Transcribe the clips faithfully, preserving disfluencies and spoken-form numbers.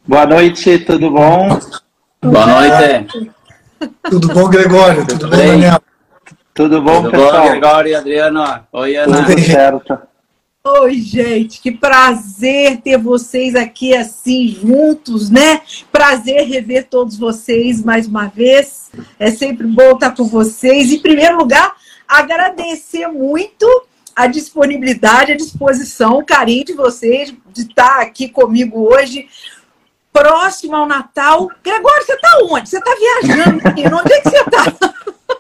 Boa noite, tudo bom? Boa noite. Tudo bom, Gregório? Tudo, tudo bom, bem? Daniel? Tudo bom, tudo pessoal? Tudo bom, Gregório e Adriano? Oi, Ana. Tudo certo. Oi, gente, que prazer ter vocês aqui assim juntos, né? Prazer rever todos vocês mais uma vez. É sempre bom estar com vocês. Em primeiro lugar, agradecer muito a disponibilidade, a disposição, o carinho de vocês de estar aqui comigo hoje, próximo ao Natal. Gregório, você está onde? Você está viajando, menino? Onde é que você está?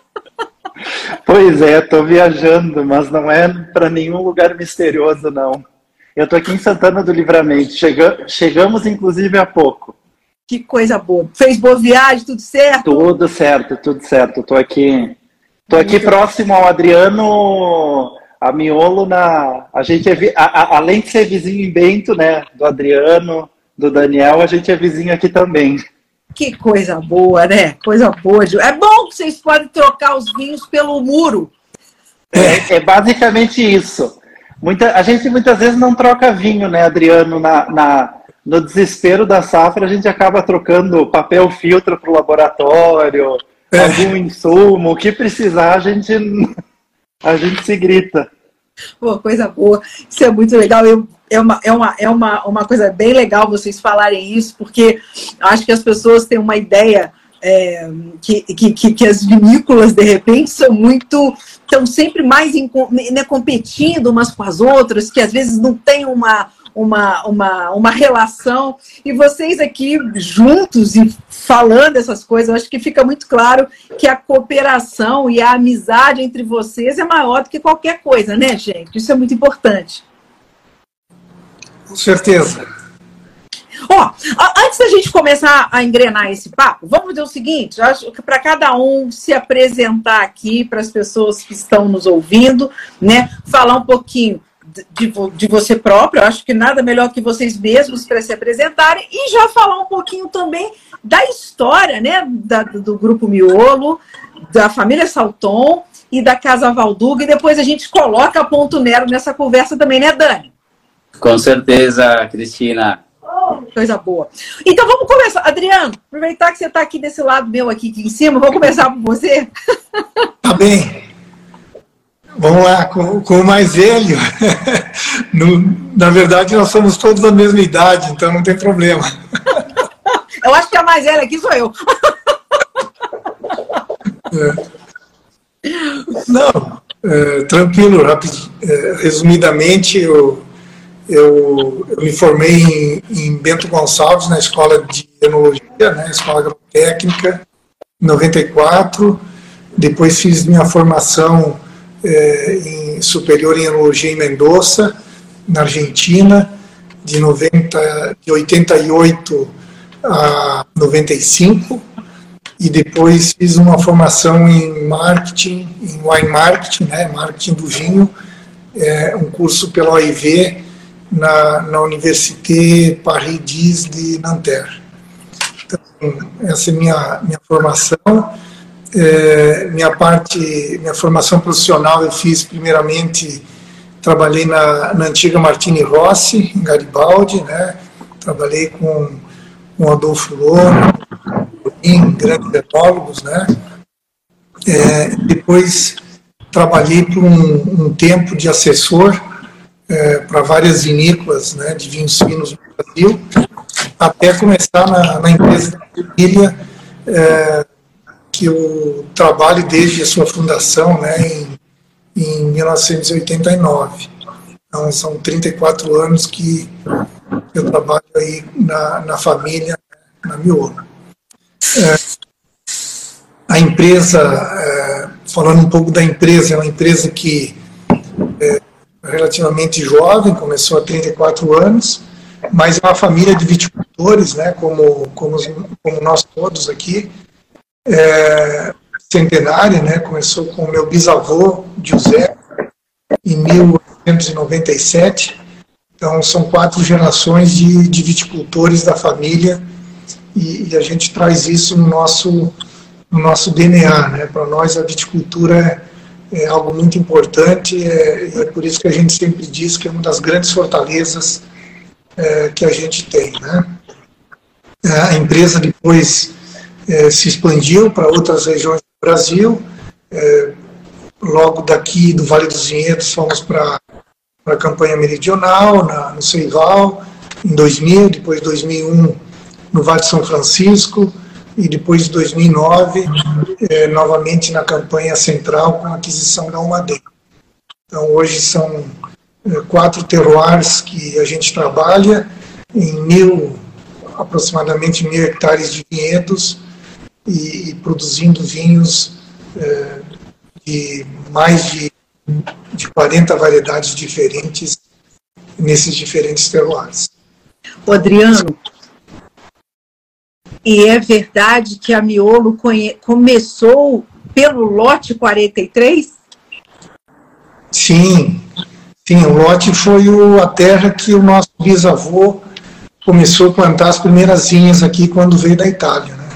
Pois é, estou viajando, mas não é para nenhum lugar misterioso, não. Eu estou aqui em Santana do Livramento. Chega, chegamos, inclusive, há pouco. Que coisa boa. Fez boa viagem, tudo certo? Tudo certo, tudo certo. Estou aqui, tô aqui próximo ao Adriano, a Miolo. Na, a gente é, a, a, além de ser vizinho em Bento, né, do Adriano, do Daniel, a gente é vizinho aqui também. Que coisa boa, né? Coisa boa. É bom que vocês podem trocar os vinhos pelo muro. É, é basicamente isso. Muita, a gente muitas vezes não troca vinho, né, Adriano? Na, na, no desespero da safra, a gente acaba trocando papel filtro para o laboratório, é. algum insumo. O que precisar, a gente, a gente se grita. Pô, coisa boa. Isso é muito legal. Eu, é uma, é, uma, é uma, uma coisa bem legal vocês falarem isso, porque acho que as pessoas têm uma ideia é, que, que, que as vinícolas, de repente, são muito... estão sempre mais em, né, competindo umas com as outras, que às vezes não tem uma... Uma, uma, uma relação, e vocês aqui juntos e falando essas coisas, eu acho que fica muito claro que a cooperação e a amizade entre vocês é maior do que qualquer coisa, né, gente? Isso é muito importante. Com certeza. Ó, antes da gente começar a engrenar esse papo, vamos fazer o seguinte, acho que para cada um se apresentar aqui, para as pessoas que estão nos ouvindo, né, falar um pouquinho De, de você próprio, eu acho que nada melhor que vocês mesmos para se apresentarem, e já falar um pouquinho também da história, né, da, do Grupo Miolo, da família Salton e da Casa Valduga, e depois a gente coloca ponto Nero nessa conversa também, né, Dani? Com certeza, Cristina. Coisa boa. Então vamos começar. Adriano, aproveitar que você está aqui desse lado meu, aqui, aqui em cima, vamos começar por você? Tá bem. Vamos lá, com, com o mais velho. No, na verdade, nós somos todos da mesma idade, então não tem problema. Eu acho que a mais velha aqui sou eu. É. Não, é, tranquilo, rápido. É, resumidamente, eu, eu, eu me formei em, em Bento Gonçalves, na Escola de Enologia, né, Escola Agrotécnica, em noventa e quatro. Depois fiz minha formação É, em superior em enologia em Mendoza, na Argentina, de, noventa, de oitenta e oito a noventa e cinco, e depois fiz uma formação em marketing, em wine marketing, né, marketing do vinho, é, um curso pela O I V na, na Université Paris dez de Nanterre. Então, essa é minha minha formação. É, minha parte, minha formação profissional eu fiz primeiramente, trabalhei na, na antiga Martini Rossi, em Garibaldi, né? Trabalhei com, com Adolfo Lono, em grandes enólogos, né? É, depois trabalhei por um, um tempo de assessor é, para várias vinícolas, né, de vinhos finos no Brasil, até começar na, na empresa da família, é, que eu trabalho desde a sua fundação, né, em, em mil novecentos e oitenta e nove. Então, são trinta e quatro anos que eu trabalho aí na, na família, na Miolo. É, a empresa, é, falando um pouco da empresa, é uma empresa que é relativamente jovem, começou há trinta e quatro anos, mas é uma família de viticultores, né, como, como, como nós todos aqui, É, centenária, né? Começou com o meu bisavô, José, em mil oitocentos e noventa e sete. Então, são quatro gerações de, de viticultores da família, e, e a gente traz isso no nosso, no nosso D N A, né? Para nós, a viticultura é, é algo muito importante, é, e é por isso que a gente sempre diz que é uma das grandes fortalezas é, que a gente tem, né? A empresa depois eh, se expandiu para outras regiões do Brasil. Eh, logo daqui do Vale dos Vinhedos fomos para a campanha meridional, na, no Seival, em dois mil, depois dois mil e um no Vale de São Francisco, e depois de dois mil e nove, eh, novamente na campanha central com a aquisição da Almaden. Então hoje são eh, quatro terroirs que a gente trabalha, em mil, aproximadamente mil hectares de vinhedos, e, e produzindo vinhos eh, de mais de, de quarenta variedades diferentes nesses diferentes terroirs. Adriano, e é verdade que a Miolo começou pelo lote quarenta e três? Sim, sim, o lote foi o, a terra que o nosso bisavô começou a plantar as primeiras vinhas aqui quando veio da Itália, né?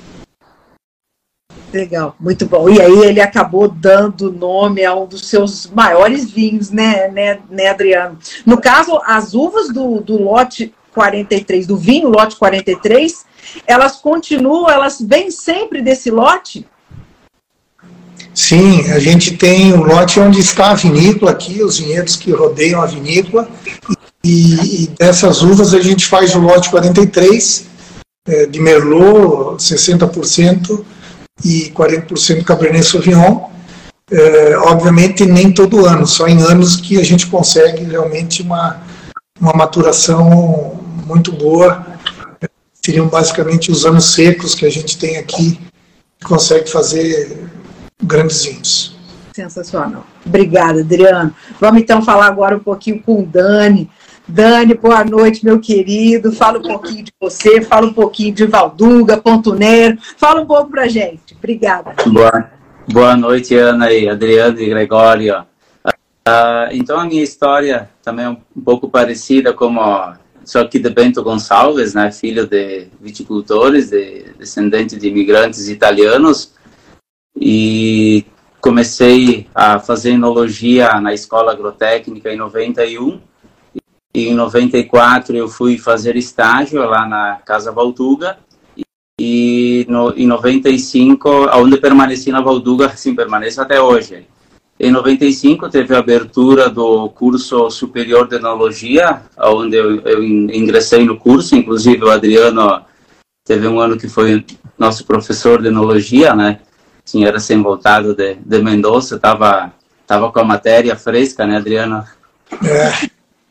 Legal, muito bom. E aí ele acabou dando nome a um dos seus maiores vinhos, né, né, né Adriano? No caso, as uvas do, do lote quarenta e três, do vinho lote quarenta e três, elas continuam, elas vêm sempre desse lote? Sim, a gente tem o lote onde está a vinícola aqui, os vinhedos que rodeiam a vinícola, e, e dessas uvas a gente faz o lote quarenta e três, é, de Merlot, sessenta por cento, e quarenta por cento Cabernet Sauvignon. É, obviamente nem todo ano, só em anos que a gente consegue realmente uma, uma maturação muito boa. Seriam basicamente os anos secos que a gente tem aqui, que consegue fazer grandes vinhos. Sensacional. Obrigada, Adriano. Vamos então falar agora um pouquinho com o Dani. Dani, boa noite, meu querido. Fala um pouquinho de você, fala um pouquinho de Valduga, Ponto Nero. Fala um pouco pra gente. Obrigada. Boa, boa noite, Ana e Adriano e Gregório. Uh, então, a minha história também é um, um pouco parecida, como sou aqui de Bento Gonçalves, né, filho de viticultores, de, descendente de imigrantes italianos, e comecei a fazer enologia na escola agrotécnica em noventa e um, e em noventa e quatro eu fui fazer estágio lá na Casa Valduga, e no, em noventa e cinco, onde permaneci na Valduga, sim, permaneço até hoje. Em noventa e cinco teve a abertura do curso superior de enologia, onde eu, eu ingressei no curso, inclusive o Adriano teve um ano que foi nosso professor de enologia, né? Sim, era recém-voltado de, de Mendoza, estava tava com a matéria fresca, né, Adriano? É.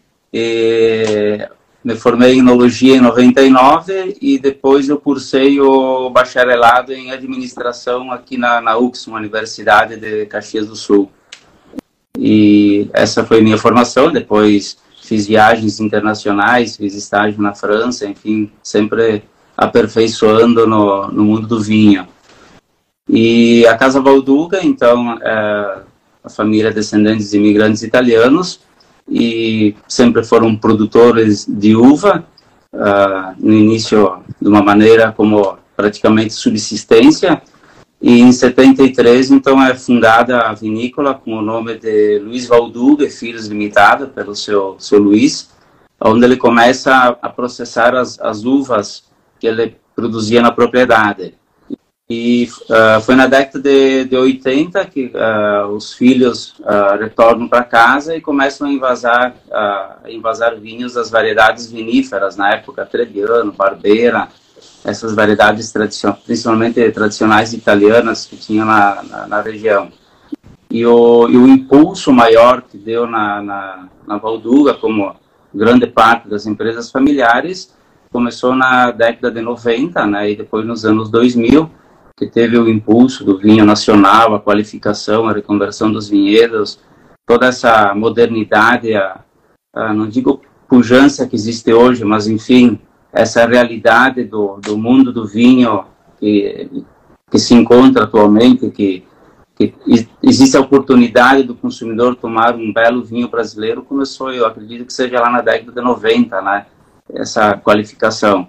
E me formei em enologia em noventa e nove e depois eu cursei o bacharelado em administração aqui na, na U X, uma universidade de Caxias do Sul. E essa foi minha formação. Depois fiz viagens internacionais, fiz estágio na França, enfim, sempre aperfeiçoando no, no mundo do vinho. E a Casa Valduga, então, é a família descendentes de imigrantes italianos, e sempre foram produtores de uva, uh, no início de uma maneira como praticamente subsistência, e em setenta e três, então, é fundada a vinícola com o nome de Luiz Valduga e Filhos Limitada, pelo seu, seu Luiz, onde ele começa a, a processar as, as uvas que ele produzia na propriedade. E uh, foi na década de, de oitenta que uh, os filhos uh, retornam para casa e começam a invasar, uh, a invasar vinhos das variedades viníferas, na época Trebbiano, Barbera, essas variedades tradicion principalmente tradicionais italianas que tinham na, na, na região. E o, e o impulso maior que deu na, na, na Valduga, como grande parte das empresas familiares, começou na década de noventa, né, e depois nos anos dois mil, que teve o impulso do vinho nacional, a qualificação, a reconversão dos vinhedos, toda essa modernidade, a, a, não digo pujança que existe hoje, mas, enfim, essa realidade do, do mundo do vinho que, que se encontra atualmente, que, que existe a oportunidade do consumidor tomar um belo vinho brasileiro, começou, eu acredito que seja lá na década de noventa, né, essa qualificação.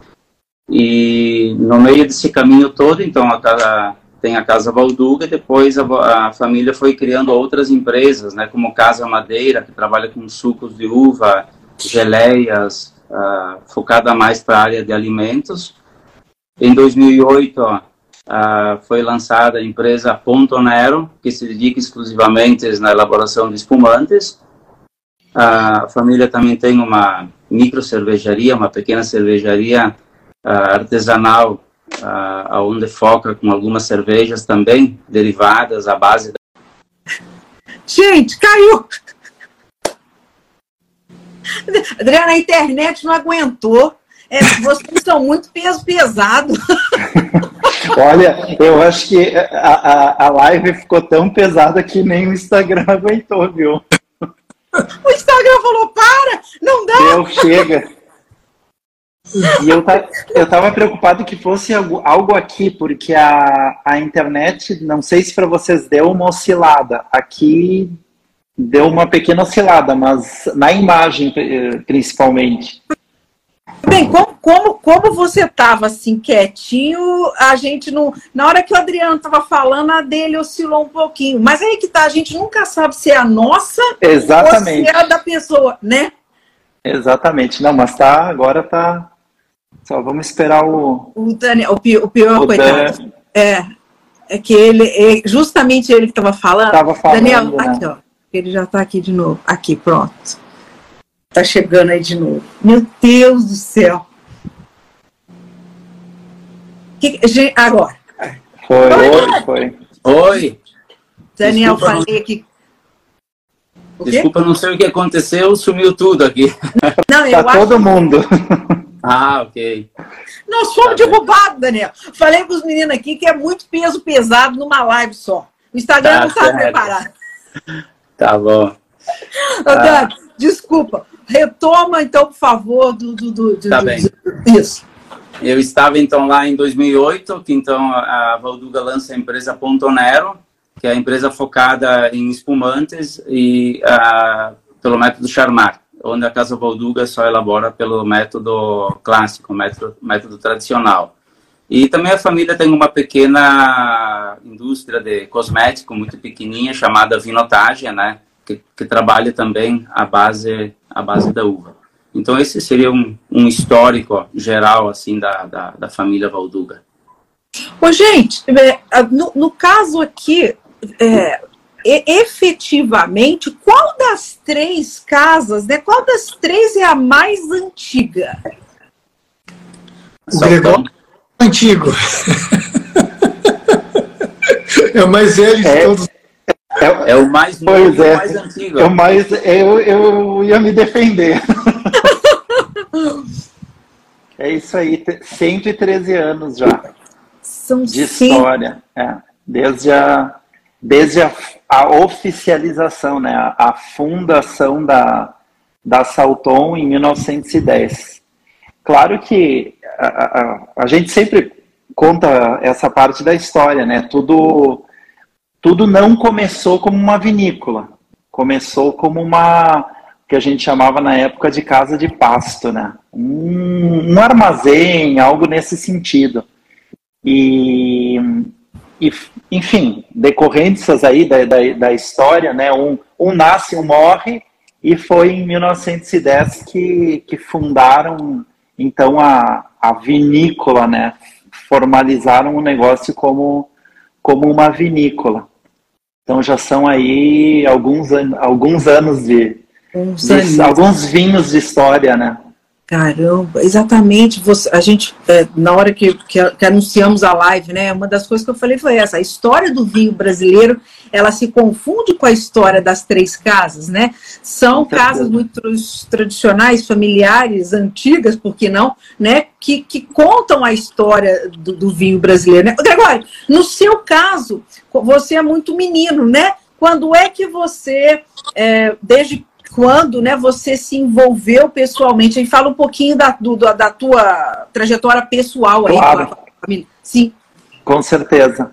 E no meio desse caminho todo, então, a casa, tem a Casa Valduga, e depois a, a família foi criando outras empresas, né, como Casa Madeira, que trabalha com sucos de uva, geleias, uh, focada mais para a área de alimentos. Em dois mil e oito, ó, uh, foi lançada a empresa Ponto Nero, que se dedica exclusivamente na elaboração de espumantes. Uh, a família também tem uma micro cervejaria, uma pequena cervejaria uh, artesanal, uh, onde foca com algumas cervejas também derivadas à base da... Gente, caiu! Adriana, a internet não aguentou. É, vocês são muito peso pesado. Olha, eu acho que a, a, a live ficou tão pesada que nem o Instagram aguentou, viu? O Instagram falou, para, não dá. Deu, chega. E eu, eu tava preocupado que fosse algo, algo aqui, porque a, a internet, não sei se para vocês deu uma oscilada. Aqui deu uma pequena oscilada, mas na imagem principalmente. Bem, como, como, como você estava assim quietinho, a gente não... Na hora que o Adriano estava falando, a dele oscilou um pouquinho. Mas aí que tá, a gente nunca sabe se é a nossa Exatamente. ou se é a da pessoa, né? Exatamente. Não, mas tá, agora tá... Só vamos esperar o... O, Daniel, o, pior, o pior, o coitado. Dan... É, é que ele... É justamente ele que estava falando. Tava falando, Daniel, né? aqui, ó. Ele já está aqui de novo. Aqui, pronto. Tá chegando aí de novo. Meu Deus do céu. Que, gente, agora. Foi, oi, foi. Oi. Daniel, Desculpa, falei aqui. O quê? Desculpa, não sei o que aconteceu, sumiu tudo aqui. Não, eu Tá acho todo mundo. Ah, ok. Nós fomos Tá derrubados, Daniel. Falei para os meninos aqui que é muito peso pesado numa live só. O Instagram Tá não está certo. preparado. Tá bom. Ô, Dani, desculpa. Retoma, então, por favor, do... do, do, do Tá do, bem. do, isso. Eu estava, então, lá em dois mil e oito, que, então, a Valduga lança a empresa Ponto Nero, que é a empresa focada em espumantes e uh, pelo método Charmat, onde a Casa Valduga só elabora pelo método clássico, método, método tradicional. E também a família tem uma pequena indústria de cosmético muito pequenininha, chamada Vinotagem, né? Que, que trabalha também a base, a base da uva. Então esse seria um, um histórico ó, geral assim da, da, da família Valduga. Ô, gente, no, no caso aqui, é, efetivamente, qual das três casas, né, qual das três é a mais antiga? O Gregório é antigo. É o mais velho de É. todos. É, é o mais novo Pois e é. o mais antigo. Eu, mais, eu, eu ia me defender. É isso aí, te- cento e treze anos já São de cem. história. É, desde a, desde a, a oficialização, né, a, a fundação da, da Salton em mil novecentos e dez. Claro que a, a, a gente sempre conta essa parte da história, né? Tudo, tudo não começou como uma vinícola, começou como uma, que a gente chamava na época de casa de pasto, né? Um, um armazém, algo nesse sentido. E, e enfim, decorrências aí da, da, da história, né? Um, um nasce, um morre, e foi em mil novecentos e dez que, que fundaram, então, a, a vinícola, né? Formalizaram o negócio como, como uma vinícola. Então já são aí alguns, an alguns anos de, Uns de anos. alguns vinhos de história, né? Caramba, exatamente. Você, a gente, é, na hora que, que, que anunciamos a live, né, uma das coisas que eu falei foi essa: a história do vinho brasileiro, ela se confunde com a história das três casas, né? São Com certeza. casas muito tradicionais, familiares, antigas, por que não, né? Que, que contam a história do, do vinho brasileiro, né? Gregório, no seu caso, você é muito menino, né? Quando é que você, é, desde quando, né, você se envolveu pessoalmente? A gente fala um pouquinho da, do, da tua trajetória pessoal aí. Claro. Com a família. Sim. Com certeza.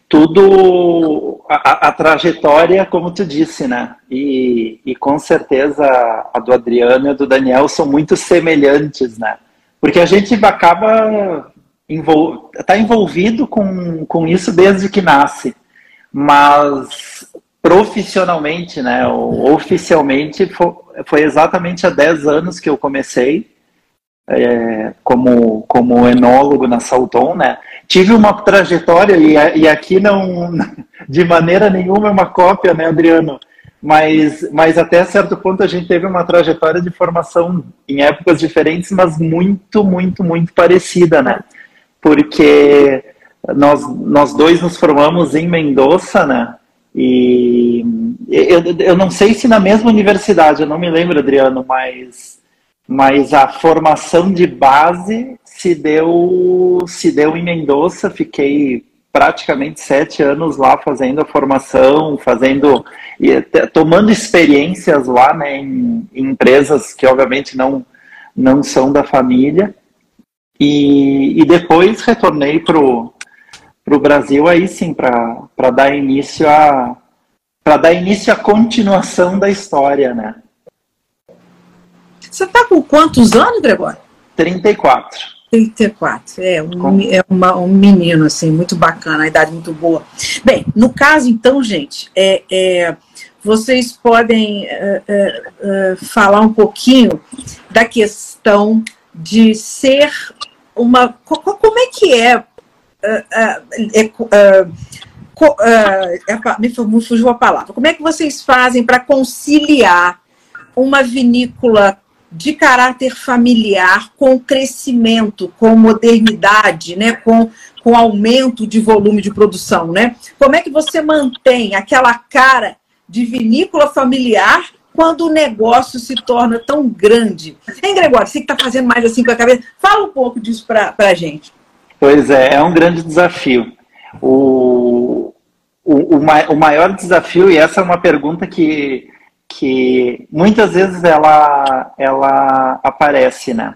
Tudo, a, a trajetória, como tu disse, né? E, e com certeza a do Adriano e a do Daniel são muito semelhantes, né? Porque a gente acaba envol, tá envolvido com, com isso desde que nasce. Mas profissionalmente, né, ou oficialmente, foi, foi exatamente há dez anos que eu comecei, é, como, como enólogo na Salton, né? Tive uma trajetória, e, e aqui não, de maneira nenhuma é uma cópia, né, Adriano? Mas, mas até certo ponto a gente teve uma trajetória de formação em épocas diferentes, mas muito, muito, muito parecida, né? Porque nós, nós dois nos formamos em Mendoza, né? E eu, eu não sei se na mesma universidade, eu não me lembro, Adriano, mas, mas a formação de base se deu, se deu em Mendoza. Fiquei praticamente sete anos lá fazendo a formação, fazendo, tomando experiências lá, né, em, em empresas que obviamente não, não são da família. E, e depois retornei para o Brasil, aí sim, para dar início a para dar início à continuação da história, né? Você está com quantos anos, Gregório? trinta e quatro. trinta e quatro, é, um, é uma, um menino, assim, muito bacana, a idade muito boa. Bem, no caso, então, gente, é, é, vocês podem é, é, é, falar um pouquinho da questão de ser uma... Como é que é... é, é, é Co, uh, me fugiu a palavra. Como é que vocês fazem para conciliar uma vinícola de caráter familiar com crescimento, com modernidade, né, com, com aumento de volume de produção, né? Como é que você mantém aquela cara de vinícola familiar quando o negócio se torna tão grande? Hein, Gregório, você que está fazendo mais assim com a cabeça, fala um pouco disso para a gente. Pois é, é um grande desafio. O, o, o maior desafio, e essa é uma pergunta que, que muitas vezes ela, ela aparece, né?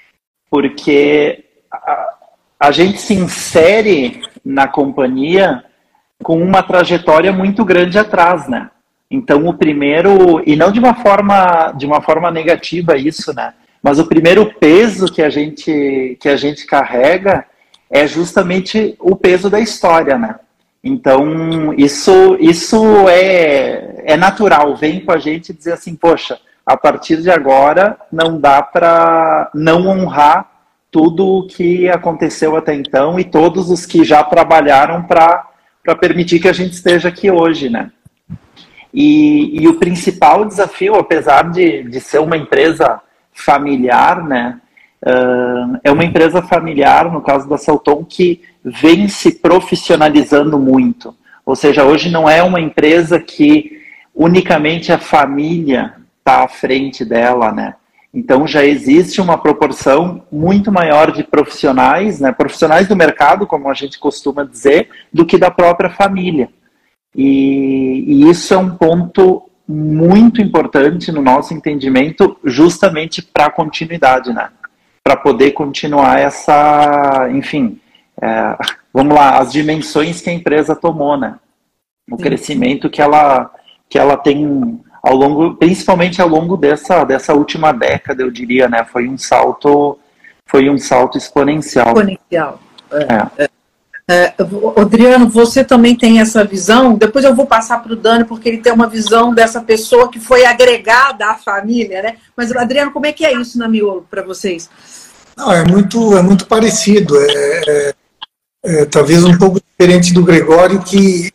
Porque a, a gente se insere na companhia com uma trajetória muito grande atrás, né? Então o primeiro, e não de uma forma, de uma forma negativa isso, né? Mas o primeiro peso que a gente, que a gente carrega é justamente o peso da história, né? Então, isso, isso é, é natural, vem com a gente dizer assim, poxa, a partir de agora não dá para não honrar tudo o que aconteceu até então e todos os que já trabalharam para para permitir que a gente esteja aqui hoje, né? E, e o principal desafio, apesar de, de ser uma empresa familiar, né? Uh, é uma empresa familiar, no caso da Salton, que vem se profissionalizando muito. Ou seja, hoje não é uma empresa que unicamente a família está à frente dela, né? Então já existe uma proporção muito maior de profissionais, né? Profissionais do mercado, como a gente costuma dizer, do que da própria família. E, e isso é um ponto muito importante no nosso entendimento, justamente para a continuidade, né? Para poder continuar essa, enfim, é, vamos lá, as dimensões que a empresa tomou, né? O Sim. crescimento que ela, que ela tem ao longo, principalmente ao longo dessa, dessa última década, eu diria, né? Foi um salto, foi um salto exponencial. Exponencial. É. É. É, Adriano, você também tem essa visão? Depois eu vou passar para o Dani, porque ele tem uma visão dessa pessoa que foi agregada à família, né? Mas, Adriano, como é que é isso na Miolo para vocês? Não, é muito, é muito parecido. É, é, é, talvez um pouco diferente do Gregório, que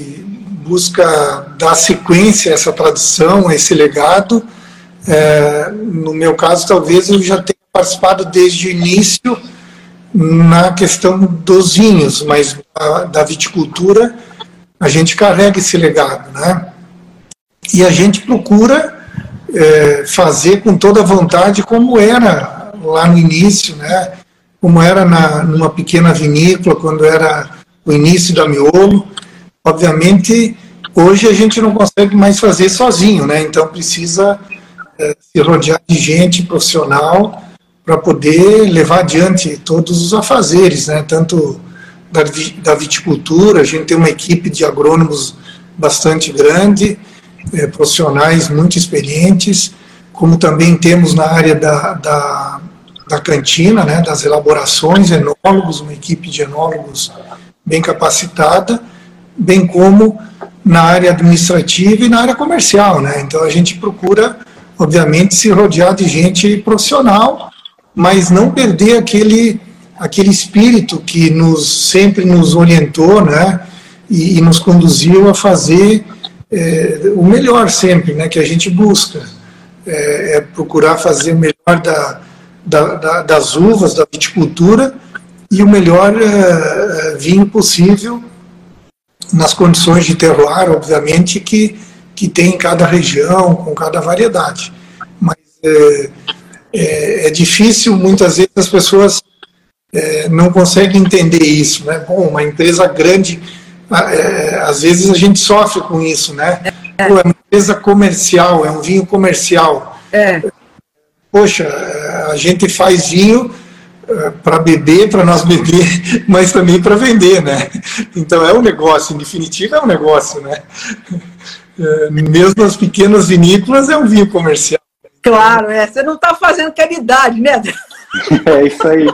busca dar sequência a essa tradição, a esse legado. É, no meu caso, talvez eu já tenha participado desde o início na questão dos vinhos, mas a, da viticultura a gente carrega esse legado, né? E a gente procura é, fazer com toda a vontade como era lá no início, né? Como era na, numa pequena vinícola, quando era o início da Miolo. Obviamente, hoje a gente não consegue mais fazer sozinho, né? Então precisa é, se rodear de gente profissional para poder levar adiante todos os afazeres, né? Tanto da, da viticultura, a gente tem uma equipe de agrônomos bastante grande, é, profissionais muito experientes, como também temos na área da, da, da cantina, né? Das elaborações, enólogos, uma equipe de enólogos bem capacitada, bem como na área administrativa e na área comercial, né? Então a gente procura, obviamente, se rodear de gente profissional mas não perder aquele, aquele espírito que nos, sempre nos orientou, né, e, e nos conduziu a fazer é, o melhor sempre, né, que a gente busca. É, é procurar fazer o melhor da, da, da, das uvas, da viticultura, e o melhor é, vinho possível nas condições de terroir, obviamente, que, que tem em cada região, com cada variedade. Mas é, é, é difícil, muitas vezes as pessoas é, não conseguem entender isso, né? Bom, uma empresa grande, é, às vezes a gente sofre com isso, né? Pô, é uma empresa comercial, é um vinho comercial. É. Poxa, a gente faz vinho para beber, para nós beber, mas também para vender, né? Então é um negócio, em definitiva é um negócio, né? Mesmo as pequenas vinícolas é um vinho comercial. Claro, é. Você não está fazendo caridade, né? É isso aí.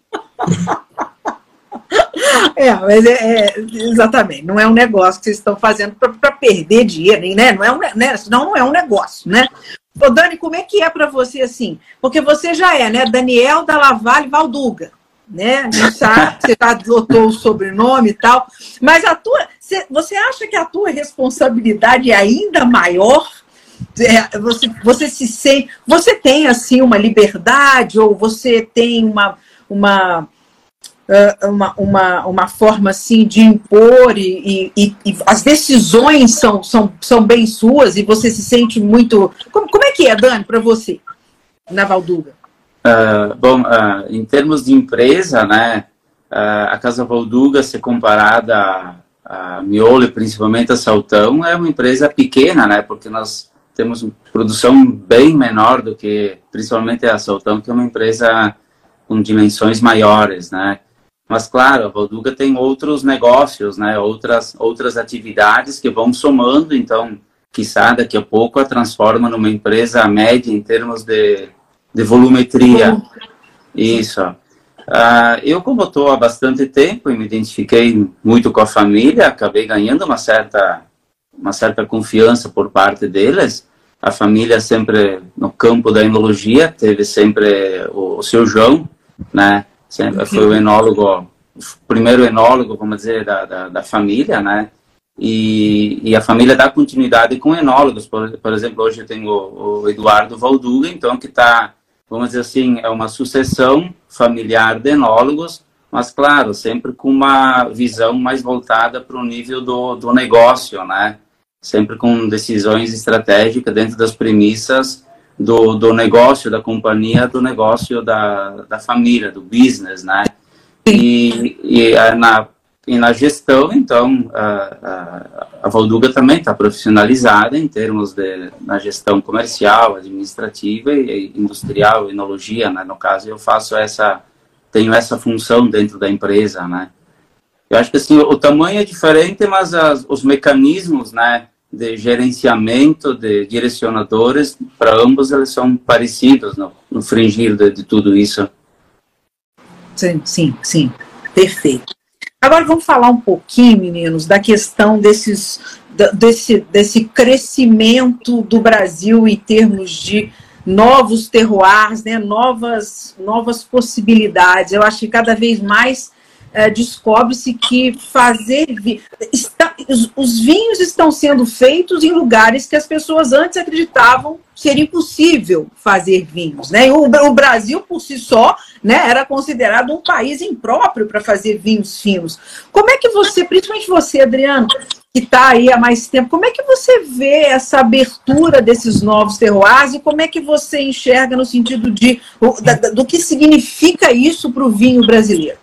É, mas é, é, exatamente, não é um negócio que vocês estão fazendo para perder dinheiro, né? Não é um, né? Senão não é um negócio, né? Ô, Dani, como é que é para você assim? Porque você já é, né? Daniel Dalla Valle Valduga, né? Não sabe, você já adotou o sobrenome e tal, mas a tua, você acha que a tua responsabilidade é ainda maior? É, você, você se sente, você tem assim uma liberdade ou você tem uma uma Uma, uma, uma forma assim de impor e, e, e as decisões são, são, são bem suas e você se sente muito... Como, como é que é, Dani, para você, na Valduga? Uh, bom, uh, em termos de empresa, né, uh, a Casa Valduga, se comparada a, a Miolo e principalmente a Saltão, é uma empresa pequena, né, porque nós temos produção bem menor do que principalmente a Saltão, que é uma empresa com dimensões maiores, né. Mas, claro, a Valduga tem outros negócios, né? outras, outras atividades que vão somando, então, quiçá daqui a pouco a transforma numa empresa média em termos de, de volumetria. Isso. Uh, eu, como estou há bastante tempo e me identifiquei muito com a família, acabei ganhando uma certa, uma certa confiança por parte deles. A família sempre, no campo da enologia, teve sempre o, o seu João, né? Sempre foi o enólogo, o primeiro enólogo, vamos dizer, da, da, da família, né? E, e a família dá continuidade com enólogos. Por, por exemplo, hoje eu tenho o, o Eduardo Valduga, então, que está, vamos dizer assim, é uma sucessão familiar de enólogos, mas, claro, sempre com uma visão mais voltada para o nível do, do negócio, né? Sempre com decisões estratégicas dentro das premissas Do, do negócio da companhia, do negócio da, da família, do business, né? E, e, na, e na gestão, então, a, a, a Valduga também está profissionalizada em termos de na gestão comercial, administrativa e industrial, enologia, né? No caso, eu faço essa, tenho essa função dentro da empresa, né? Eu acho que assim, o tamanho é diferente, mas as, os mecanismos, né, de gerenciamento, de direcionadores, para ambos eles são parecidos no, no fringir de, de tudo isso. Sim, sim, sim, perfeito. Agora vamos falar um pouquinho, meninos, da questão desses, desse, desse crescimento do Brasil em termos de novos terroirs, né, novas, novas possibilidades. Eu acho que cada vez mais É, descobre-se que fazer está, os, os vinhos estão sendo feitos em lugares que as pessoas antes acreditavam ser impossível fazer vinhos, né? O, o Brasil por si só, né, era considerado um país impróprio para fazer vinhos finos. Como é que você, principalmente você, Adriano, que está aí há mais tempo, como é que você vê essa abertura desses novos terroirs e como é que você enxerga no sentido de da, do que significa isso para o vinho brasileiro?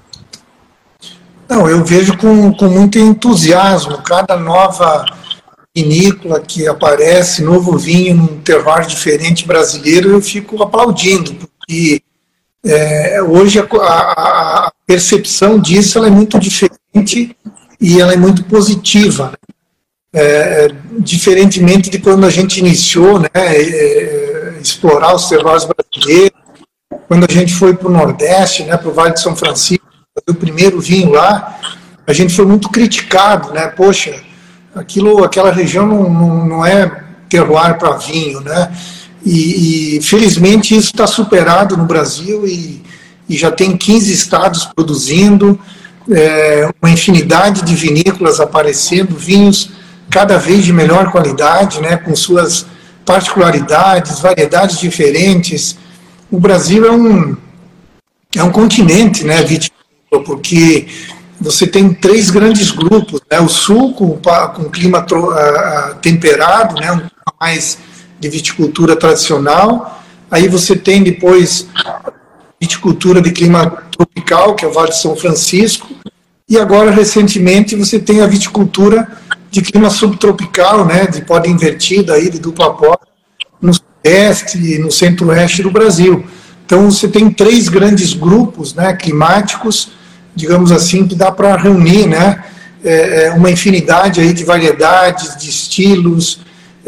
Não, eu vejo com, com muito entusiasmo cada nova vinícola que aparece, novo vinho num terroir diferente brasileiro, eu fico aplaudindo, porque é, hoje a, a, a percepção disso ela é muito diferente e ela é muito positiva, né? É, diferentemente de quando a gente iniciou, né, é, explorar os terroirs brasileiros, quando a gente foi para o Nordeste, né, para o Vale de São Francisco, o primeiro vinho lá, a gente foi muito criticado, né? Poxa, aquilo, aquela região não, não, não é terroir para vinho, né? e, e felizmente isso está superado no Brasil e, e já tem quinze estados produzindo, é, uma infinidade de vinícolas aparecendo, vinhos cada vez de melhor qualidade, né, com suas particularidades, variedades diferentes. O Brasil é um, é um continente, né, vitivinícola, porque você tem três grandes grupos, né, o sul com, com clima tro, a, a, temperado, né, um clima mais de viticultura tradicional, aí você tem depois viticultura de clima tropical, que é o Vale de São Francisco, e agora, recentemente, você tem a viticultura de clima subtropical, né, de poda invertida, aí, de dupla poda, no sudeste e no centro-oeste do Brasil. Então, você tem três grandes grupos, né, climáticos, digamos assim, que dá para reunir, né, é, uma infinidade aí de variedades, de estilos.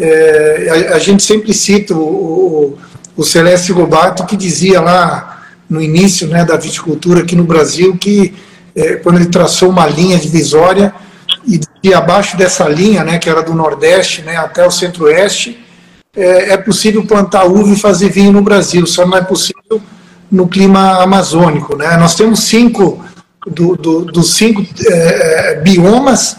É, a, a gente sempre cita o, o, o Celeste Robato, que dizia lá no início, né, da viticultura aqui no Brasil, que é, quando ele traçou uma linha divisória, e de abaixo dessa linha, né, que era do Nordeste, né, até o Centro-Oeste, é, é possível plantar uva e fazer vinho no Brasil, só não é possível no clima amazônico, né? Nós temos cinco, do, do, dos cinco é, biomas,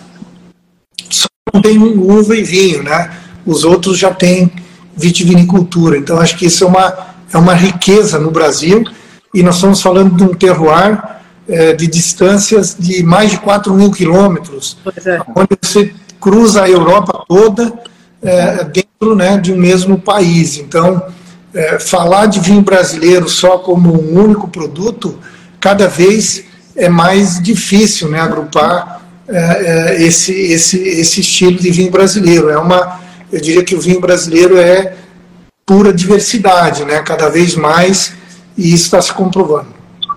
só não tem uva e vinho, né? Os outros já têm vitivinicultura, então acho que isso é uma, é uma riqueza no Brasil, e nós estamos falando de um terroir é, de distâncias de mais de quatro mil quilômetros, é. onde você cruza a Europa toda é, dentro, né, de um mesmo país. Então, é, falar de vinho brasileiro só como um único produto, cada vez é mais difícil, né, agrupar é, é, esse, esse, esse estilo de vinho brasileiro. É uma, eu diria que o vinho brasileiro é pura diversidade, né, cada vez mais, e isso está se comprovando.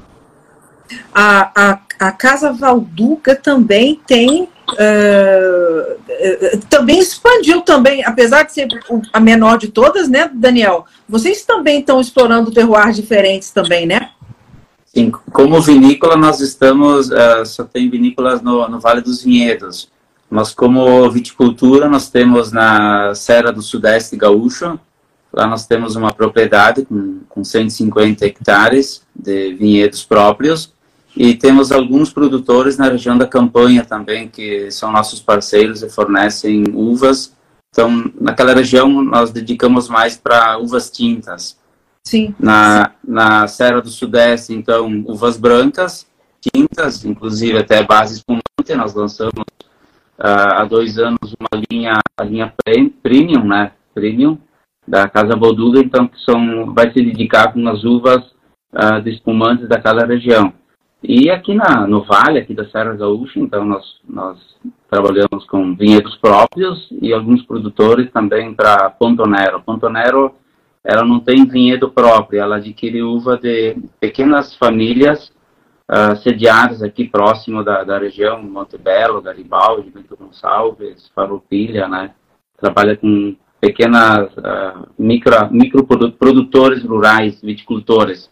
A, a, a Casa Valduca também tem, uh, uh, também expandiu também, apesar de ser a menor de todas, né, Daniel? Vocês também estão explorando terroirs diferentes também, né? Sim, como vinícola nós estamos, uh, só tem vinícolas no, no Vale dos Vinhedos. Nós, como viticultura, nós temos na Serra do Sudeste Gaúcho. Lá nós temos uma propriedade com, com cento e cinquenta hectares de vinhedos próprios, e temos alguns produtores na região da Campanha também, que são nossos parceiros e fornecem uvas. Então, naquela região nós dedicamos mais para uvas tintas. Sim. Na, na Serra do Sudeste, então, uvas brancas, tintas, inclusive até base espumante. Nós lançamos uh, há dois anos uma linha, a linha Premium, né? Premium, da Casa Valduca, então, que são, vai se dedicar com as uvas uh, de espumantes daquela região. E aqui na, no Vale, aqui da Serra Gaúcha, então, nós, nós trabalhamos com vinhedos próprios e alguns produtores também para Ponto Nero. Ponto Nero, ela não tem vinhedo próprio, ela adquire uva de pequenas famílias uh, sediadas aqui próximo da, da região, Montebello, Garibaldi, Bento Gonçalves, Farroupilha, né? Trabalha com pequenas uh, micro, microprodutores rurais, viticultores.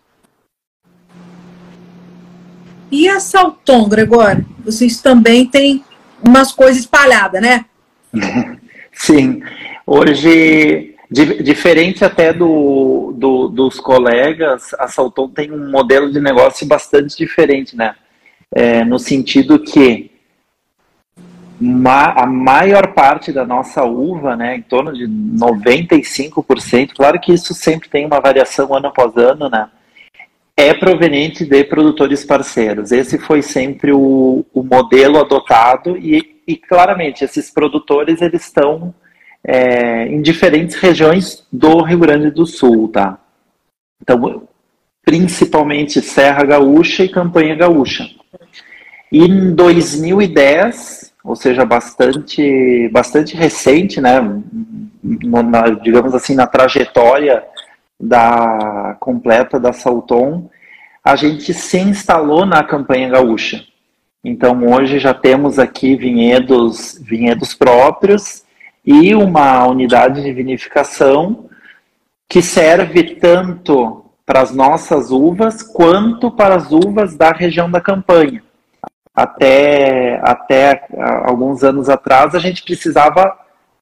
E a Salton, Gregório? Vocês também têm umas coisas espalhadas, né? Sim. Hoje, di- diferente até do, do, dos colegas, a Salton tem um modelo de negócio bastante diferente, né? É, no sentido que Ma- a maior parte da nossa uva, né, em torno de noventa e cinco por cento, claro que isso sempre tem uma variação ano após ano, né, é proveniente de produtores parceiros. Esse foi sempre o, o modelo adotado e, e, claramente, esses produtores eles estão é, em diferentes regiões do Rio Grande do Sul, tá? Então, principalmente Serra Gaúcha e Campanha Gaúcha. E em dois mil e dez... ou seja, bastante, bastante recente, né, na, digamos assim, na trajetória da, completa da Salton, a gente se instalou na Campanha Gaúcha. Então, hoje já temos aqui vinhedos, vinhedos próprios e uma unidade de vinificação que serve tanto para as nossas uvas quanto para as uvas da região da Campanha. Até, até alguns anos atrás, a gente precisava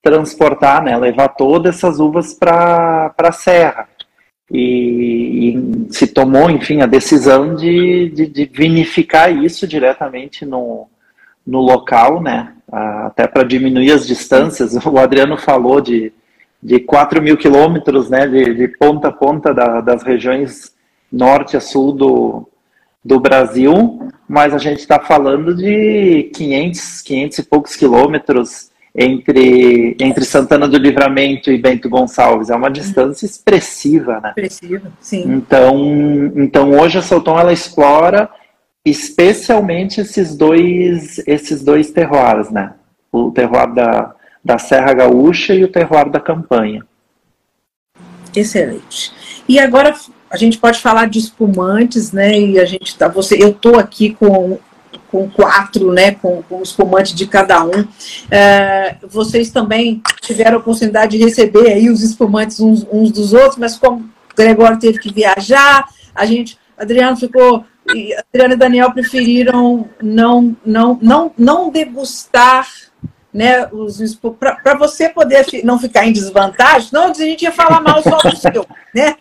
transportar, né, levar todas essas uvas para a serra. E, e se tomou, enfim, a decisão de, de, de vinificar isso diretamente no, no local, né, até para diminuir as distâncias. O Adriano falou de, de quatro mil quilômetros, né, de, de ponta a ponta da, das regiões norte a sul do, do Brasil, mas a gente está falando de quinhentos, quinhentos e poucos quilômetros entre, entre Santana do Livramento e Bento Gonçalves. É uma distância expressiva, né? Expressiva, sim. Então, então hoje a Sauton, ela explora especialmente esses dois, esses dois terroirs, né? O terroir da, da Serra Gaúcha e o terroir da Campanha. Excelente. E agora a gente pode falar de espumantes, né? E a gente tá, você, eu tô aqui com com quatro, né, com, com espumante de cada um. É, vocês também tiveram a oportunidade de receber aí os espumantes uns, uns dos outros, mas como o Gregório teve que viajar, a gente, Adriano ficou, Adriano e Daniel preferiram não, não, não, não degustar, né, os para você poder não ficar em desvantagem, senão a gente ia falar mal só do seu, né?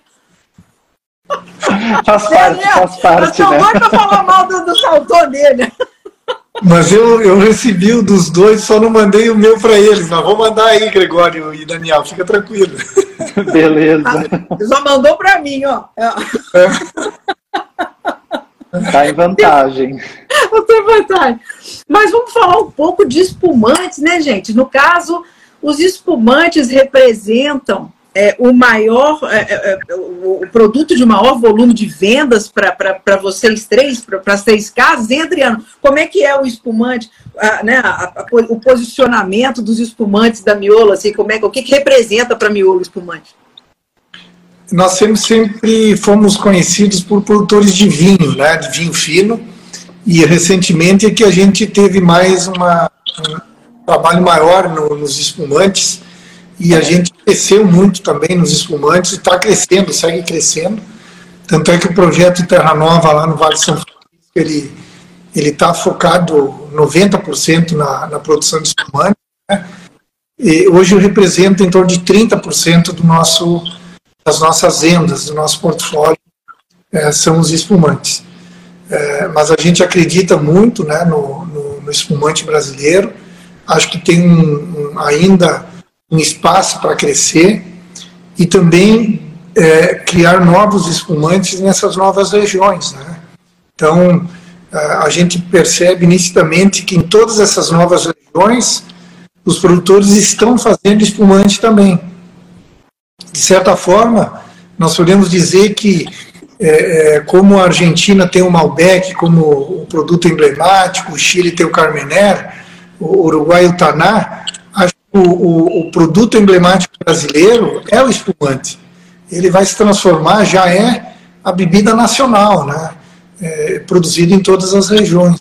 Faz parte, faz parte, eu né? Não vai para falar mal do, do Sauton dele. Mas eu, eu recebi o dos dois, só não mandei o meu para eles. Mas vou mandar aí, Gregório e Daniel, fica tranquilo. Beleza. Ah, só mandou para mim, ó. É. Tá em vantagem. Eu tô em vantagem. Mas vamos falar um pouco de espumantes, né, gente? No caso, os espumantes representam É, o maior, é, é, o, o produto de maior volume de vendas para vocês três, para as três casas, hein, Adriano? Como é que é o espumante, a, né, a, a, o posicionamento dos espumantes da Miolo, assim, como é, o que, que representa para a Miolo o espumante? Nós sempre, sempre fomos conhecidos por produtores de vinho, né, de vinho fino, e recentemente é que a gente teve mais uma, um trabalho maior no, nos espumantes. E a gente cresceu muito também nos espumantes, e está crescendo, segue crescendo. Tanto é que o projeto Terra Nova, lá no Vale de São Francisco, ele está focado noventa por cento na, na produção de espumante, né? E hoje representa em torno de trinta por cento do nosso, das nossas vendas, do nosso portfólio, é, são os espumantes. É, mas a gente acredita muito, né, no, no, no espumante brasileiro. Acho que tem um, um, ainda um espaço para crescer e também é, criar novos espumantes nessas novas regiões, né? Então, a gente percebe nitidamente que em todas essas novas regiões os produtores estão fazendo espumante também. De certa forma, nós podemos dizer que é, é, como a Argentina tem o Malbec como o produto emblemático, o Chile tem o Carmener, o Uruguai o Taná, O, o, o produto emblemático brasileiro é o espumante. Ele vai se transformar, já é a bebida nacional, né? É, produzido em todas as regiões.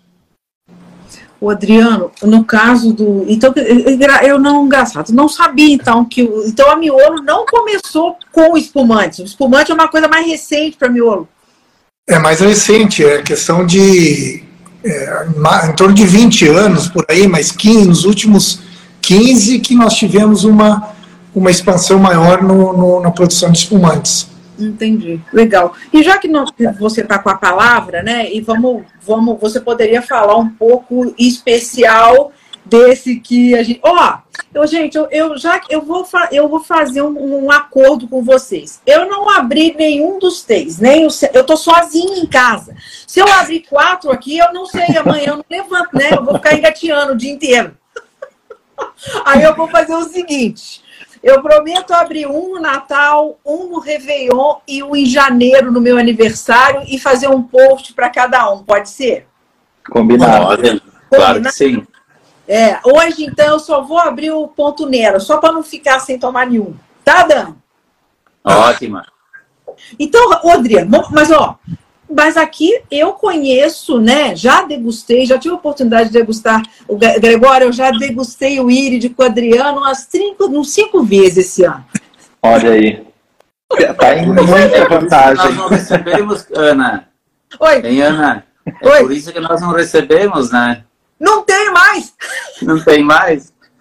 O Adriano, no caso do... Então, eu não, engraçado, não sabia, então, que... Então, a Miolo não começou com o espumante. O espumante é uma coisa mais recente para a Miolo. É mais recente, é questão de... É, em torno de vinte anos, por aí, mas quinze, nos últimos... quinze que nós tivemos uma, uma expansão maior no, no, na produção de espumantes. Entendi, legal. E já que não, você está com a palavra, né, e vamos, vamos, você poderia falar um pouco especial desse que a gente... Ó, oh, eu, gente, eu, eu já eu vou, eu vou fazer um, um acordo com vocês. Eu não abri nenhum dos três, nem o, eu estou sozinha em casa. Se eu abrir quatro aqui, eu não sei, amanhã eu não levanto, né, eu vou ficar engateando o dia inteiro. Aí eu vou fazer o seguinte, eu prometo abrir um no Natal, um no Réveillon e um em janeiro no meu aniversário e fazer um post para cada um, pode ser? Combinado. Pode, claro que sim. É, hoje então eu só vou abrir o ponto Nero, só para não ficar sem tomar nenhum, tá, Dan? Ótima. Então, Adriano, mas ó, mas aqui eu conheço, né? Já degustei, já tive a oportunidade de degustar o Gregório, eu já degustei o Iride com o Adriano umas cinco, uns cinco vezes esse ano. Olha aí. Tá em muita vantagem. Nós não recebemos, Ana. Oi. Hein, Ana? É Oi. por isso que nós não recebemos, né? Não tem mais! Não tem mais?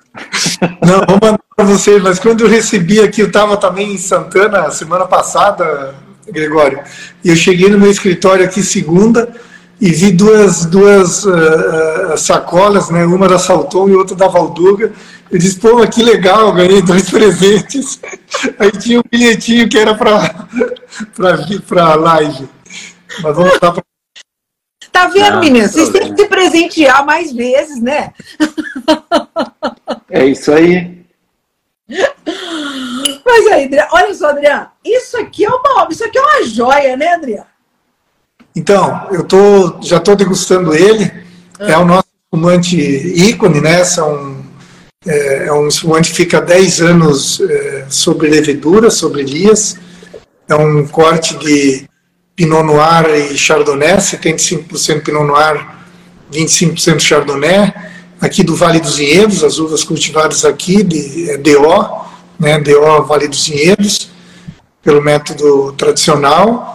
Não, vou mandar para vocês, mas quando eu recebi aqui, eu estava também em Santana semana passada, Gregório, e eu cheguei no meu escritório aqui segunda e vi duas, duas uh, sacolas, né? Uma da Salton e outra da Valduga. Eu disse, pô, que legal, ganhei dois presentes. Aí tinha um bilhetinho que era para a live. Mas vamos lá para... Tá vendo, meninas? Vocês têm que se presentear mais vezes, né? É isso aí. Mas aí, Adriano, olha só, Adriano, isso aqui é uma obra, isso aqui é uma joia, né, Adriano? Então, eu tô, já estou degustando ele. Ah. É o nosso espumante ícone, né? São, é, é um espumante que fica dez anos é, sobre levedura, sobre lias. É um corte de Pinot Noir e Chardonnay, setenta e cinco por cento Pinot Noir, vinte e cinco por cento Chardonnay. Aqui do Vale dos Vinhedos, as uvas cultivadas aqui, de é, D O, né? D O Vale dos Vinhedos, pelo método tradicional.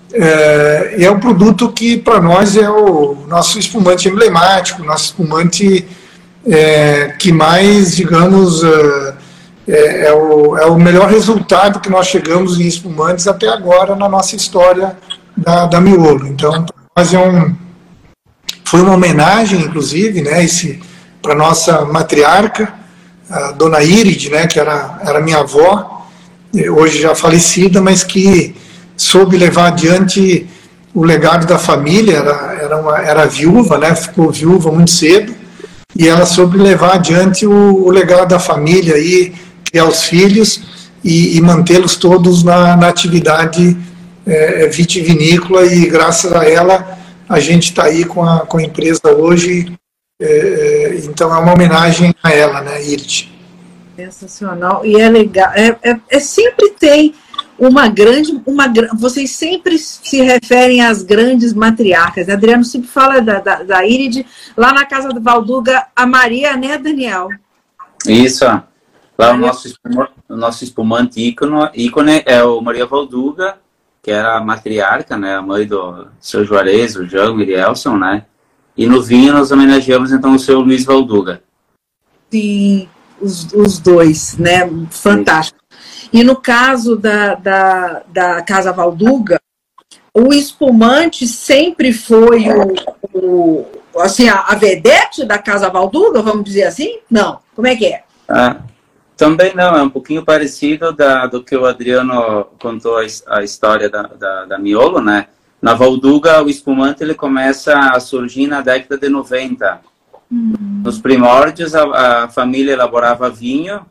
É, e é um produto que, para nós, é o nosso espumante emblemático, nosso espumante é, que mais, digamos, é, é, o, é o melhor resultado que nós chegamos em espumantes até agora na nossa história da, da Miolo. Então, para nós é um, foi uma homenagem, inclusive, né, para a nossa matriarca, a dona Iride, né, que era, era minha avó, hoje já falecida, mas que soube levar adiante o legado da família. Era, era, uma, era viúva, né? Ficou viúva muito cedo, e ela soube levar adiante o, o legado da família, e criar os filhos e, e mantê-los todos na, na atividade é, vitivinícola, e graças a ela a gente está aí com a, com a empresa hoje, é, então é uma homenagem a ela, né, Iride? Sensacional, e é legal, é, é, é sempre tem uma grande, uma, vocês sempre se referem às grandes matriarcas, né? Adriano sempre fala da, da, da Iride, lá na casa do Valduga, a Maria, né, Daniel? Isso, lá o nosso, espumante, o nosso espumante ícone, ícone é o Maria Valduga, que era a matriarca, né, a mãe do seu Juarez, o João e Elson, né, e no vinho nós homenageamos então o seu Luiz Valduga. Sim, os, os dois, né, fantástico. E no caso da, da, da Casa Valduga, o espumante sempre foi o, o assim, a, a vedete da Casa Valduga, vamos dizer assim? Não. Como é que é? Ah, também não, é um pouquinho parecido da, do que o Adriano contou a, a história da, da, da Miolo, né? Na Valduga, o espumante ele começa a surgir na década de noventa. Hum. Nos primórdios, a, a família elaborava vinho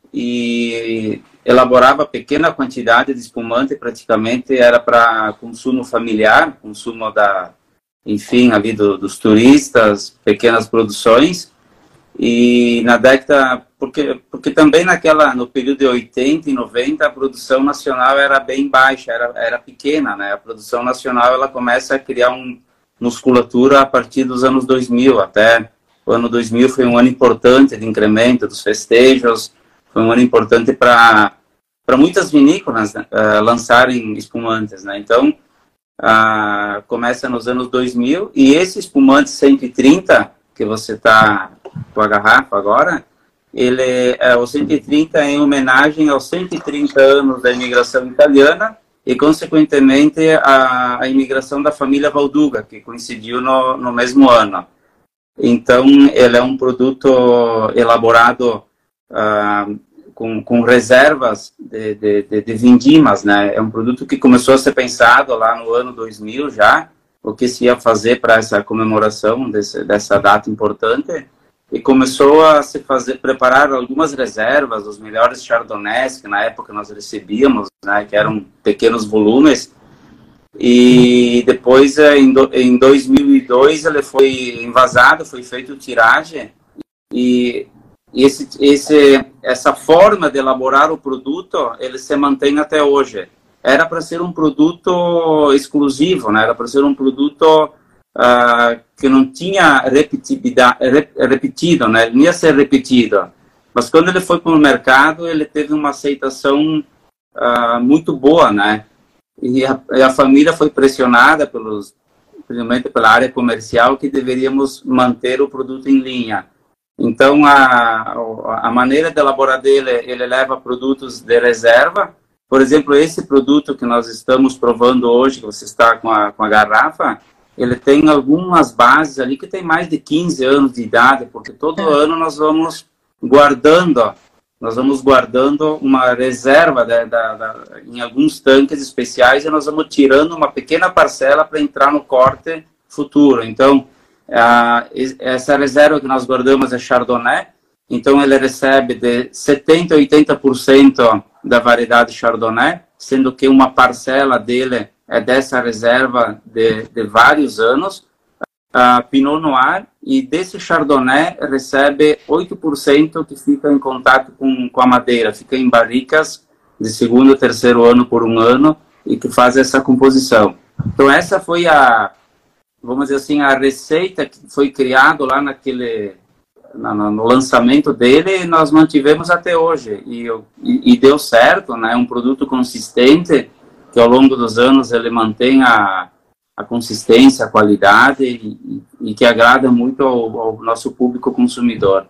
e elaborava pequena quantidade de espumante, praticamente era para consumo familiar, consumo da, enfim, ali do, dos turistas, pequenas produções. E na década, porque, porque também naquela, no período de oitenta e noventa, a produção nacional era bem baixa, era, era pequena, né? A produção nacional, ela começa a criar uma musculatura a partir dos anos dois mil, até o ano dois mil foi um ano importante de incremento dos festejos, foi um ano importante para para muitas vinícolas uh, lançarem espumantes, né? Então, uh, começa nos anos dois mil, e esse espumante cento e trinta, que você está com a garrafa agora, ele é o cento e trinta em homenagem aos cento e trinta anos da imigração italiana e, consequentemente, a, a imigração da família Valduga, que coincidiu no, no mesmo ano. Então, ele é um produto elaborado uh, com, com reservas de, de, de, de vindimas, né? É um produto que começou a ser pensado lá no ano dois mil já, o que se ia fazer para essa comemoração desse, dessa data importante, e começou a se fazer, preparar algumas reservas, os melhores chardonnays que na época nós recebíamos, né, que eram pequenos volumes, e depois em, do, em dois mil e dois ele foi envasado, foi feito tiragem, e esse, esse, essa forma de elaborar o produto, ele se mantém até hoje. Era para ser um produto exclusivo, né? Era para ser um produto uh, que não tinha repetibilidade, rep, repetido, né? Ele não ia ser repetido. Mas quando ele foi para o mercado, ele teve uma aceitação uh, muito boa, né? E a, e a família foi pressionada, pelos, principalmente pela área comercial, que deveríamos manter o produto em linha. Então, a, a maneira de elaborar dele, ele leva produtos de reserva. Por exemplo, esse produto que nós estamos provando hoje, que você está com a, com a garrafa, ele tem algumas bases ali que tem mais de quinze anos de idade, porque todo é. ano nós vamos guardando, ó, nós vamos guardando uma reserva da, da, da, em alguns tanques especiais e nós vamos tirando uma pequena parcela para entrar no corte futuro. Então, a, essa reserva que nós guardamos é Chardonnay, então ele recebe de setenta a oitenta por cento da variedade Chardonnay, sendo que uma parcela dele é dessa reserva de, de vários anos, a Pinot Noir, e desse Chardonnay recebe oito por cento que fica em contato com, com a madeira, fica em barricas de segundo ou terceiro ano por um ano, e que faz essa composição. Então essa foi a, vamos dizer assim, a receita que foi criada lá naquele, na, no lançamento dele, e nós mantivemos até hoje, e, e, e deu certo, né? É um produto consistente, que ao longo dos anos ele mantém a, a consistência, a qualidade e, e que agrada muito ao, ao nosso público consumidor.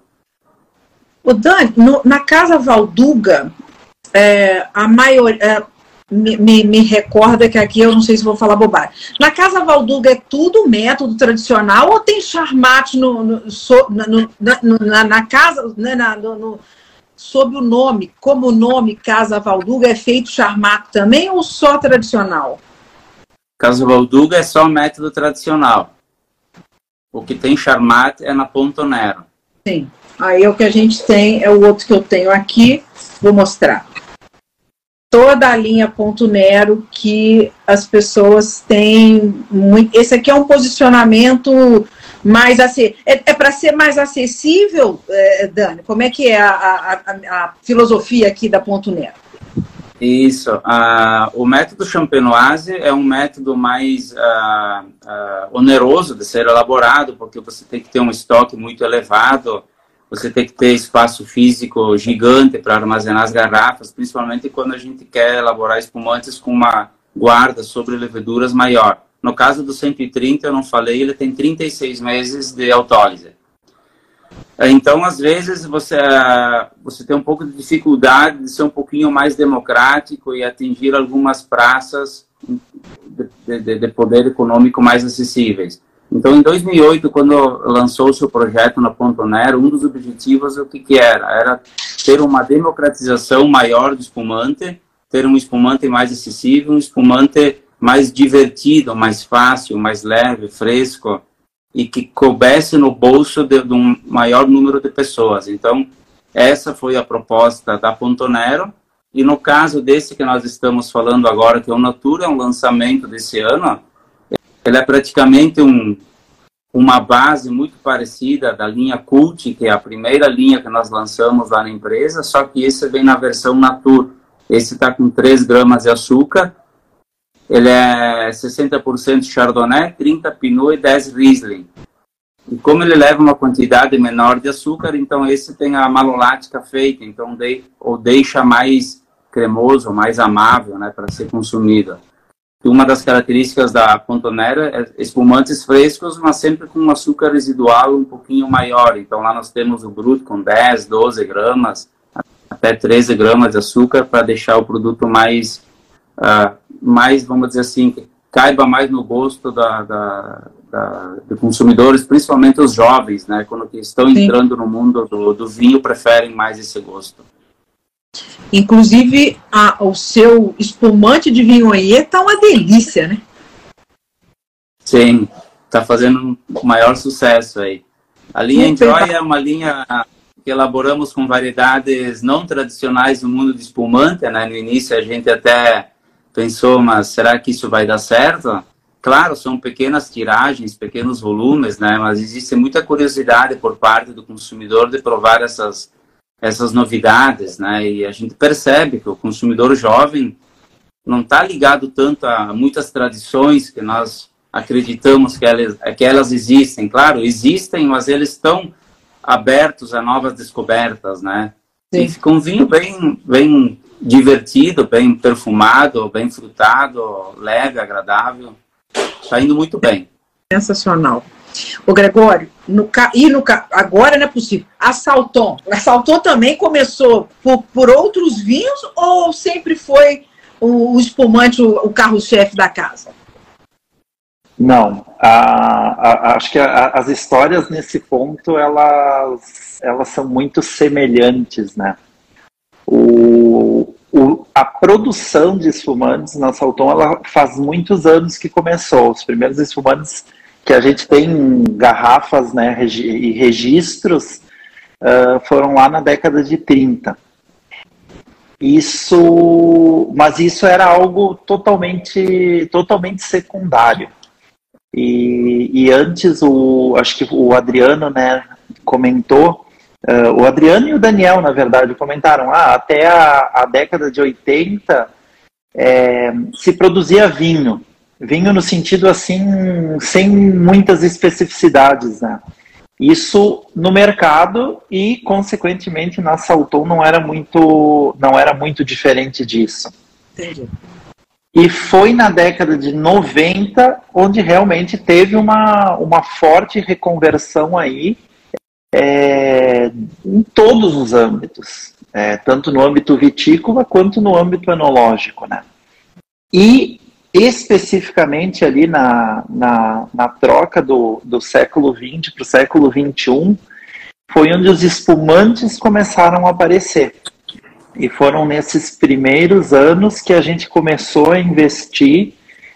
O Dani, no, na Casa Valduga, é, a maioria, é, me, me, me recorda que aqui eu não sei se vou falar bobagem. Na Casa Valduga é tudo método tradicional ou tem charmate no, no, so, no, na, na, na casa, né, na, no, no, sob o nome, como o nome Casa Valduga, é feito charmato também ou só tradicional? Casa Valduga é só método tradicional. O que tem charmate é na Ponto Nero. Sim. Aí o que a gente tem é o outro que eu tenho aqui. Vou mostrar. Toda a linha Ponto Nero que as pessoas têm muito... Esse aqui é um posicionamento mais assim, é, é para ser mais acessível, é, Dani? Como é que é a, a, a, a filosofia aqui da Ponto Nero? Isso. Uh, o método Champenoise é um método mais uh, uh, oneroso de ser elaborado, porque você tem que ter um estoque muito elevado, você tem que ter espaço físico gigante para armazenar as garrafas, principalmente quando a gente quer elaborar espumantes com uma guarda sobre leveduras maior. No caso do cento e trinta, eu não falei, ele tem trinta e seis meses de autólise. Então, às vezes, você, você tem um pouco de dificuldade de ser um pouquinho mais democrático e atingir algumas praças de, de, de poder econômico mais acessíveis. Então, em dois mil e oito, quando lançou o seu projeto na Ponto Nero, um dos objetivos, o que, que era? Era ter uma democratização maior do espumante, ter um espumante mais acessível, um espumante mais divertido, mais fácil, mais leve, fresco, e que coubesse no bolso de, de um maior número de pessoas. Então, essa foi a proposta da Ponto Nero, e no caso desse que nós estamos falando agora, que é o Natura, é um lançamento desse ano, ele é praticamente um, uma base muito parecida da linha Cult, que é a primeira linha que nós lançamos lá na empresa, só que esse vem na versão Natura. Esse está com três gramas de açúcar, ele é sessenta por cento Chardonnay, trinta por cento Pinot e dez por cento Riesling. E como ele leva uma quantidade menor de açúcar, então esse tem a malolática feita, então de, ou deixa mais cremoso, mais amável, né, para ser consumido. E uma das características da Ponto Nero é espumantes frescos, mas sempre com um açúcar residual um pouquinho maior. Então lá nós temos o Brut com dez, doze gramas, até treze gramas de açúcar, para deixar o produto mais... Uh, mais, vamos dizer assim, que caiba mais no gosto da, da, da, de consumidores, principalmente os jovens, né? Quando estão entrando Sim. no mundo do, do vinho, preferem mais esse gosto. Inclusive, a, o seu espumante de Viognier está uma delícia, né? Sim, está fazendo um maior sucesso aí. A linha Enjoy é uma linha que elaboramos com variedades não tradicionais do mundo de espumante, né? No início a gente até pensou, mas será que isso vai dar certo? Claro, são pequenas tiragens, pequenos volumes, né? Mas existe muita curiosidade por parte do consumidor de provar essas, essas novidades, né? E a gente percebe que o consumidor jovem não está ligado tanto a muitas tradições que nós acreditamos que elas, que elas existem. Claro, existem, mas eles estão abertos a novas descobertas, né? Sim. E fica um vinho bem... bem divertido, bem perfumado, bem frutado, leve, agradável. Está indo muito bem. Sensacional. Ô Gregório, no, e no, agora não é possível. A Salton, a Salton também começou por, por outros vinhos ou sempre foi o, o espumante, o, o carro-chefe da casa? Não, a, a, acho que a, as histórias nesse ponto, elas, elas são muito semelhantes, né? O, o, a produção de espumantes na Salton, ela faz muitos anos que começou. Os primeiros espumantes que a gente tem garrafas, né, regi e registros uh, foram lá na década de trinta. Isso, mas isso era algo totalmente, totalmente secundário. E, e antes, o, acho que o Adriano, né, comentou, uh, o Adriano e o Daniel, na verdade, comentaram, ah, até a, a década de oitenta é, se produzia vinho. Vinho no sentido, assim, sem muitas especificidades, né? Isso no mercado e, consequentemente, na Salton não era muito, não era muito diferente disso. Entendi. E foi na década de noventa onde realmente teve uma, uma forte reconversão aí é, em todos os âmbitos, é, tanto no âmbito vitícola quanto no âmbito enológico, né? E especificamente ali na, na, na troca do, do século vinte para o século vinte e um, foi onde os espumantes começaram a aparecer. E foram nesses primeiros anos que a gente começou a investir,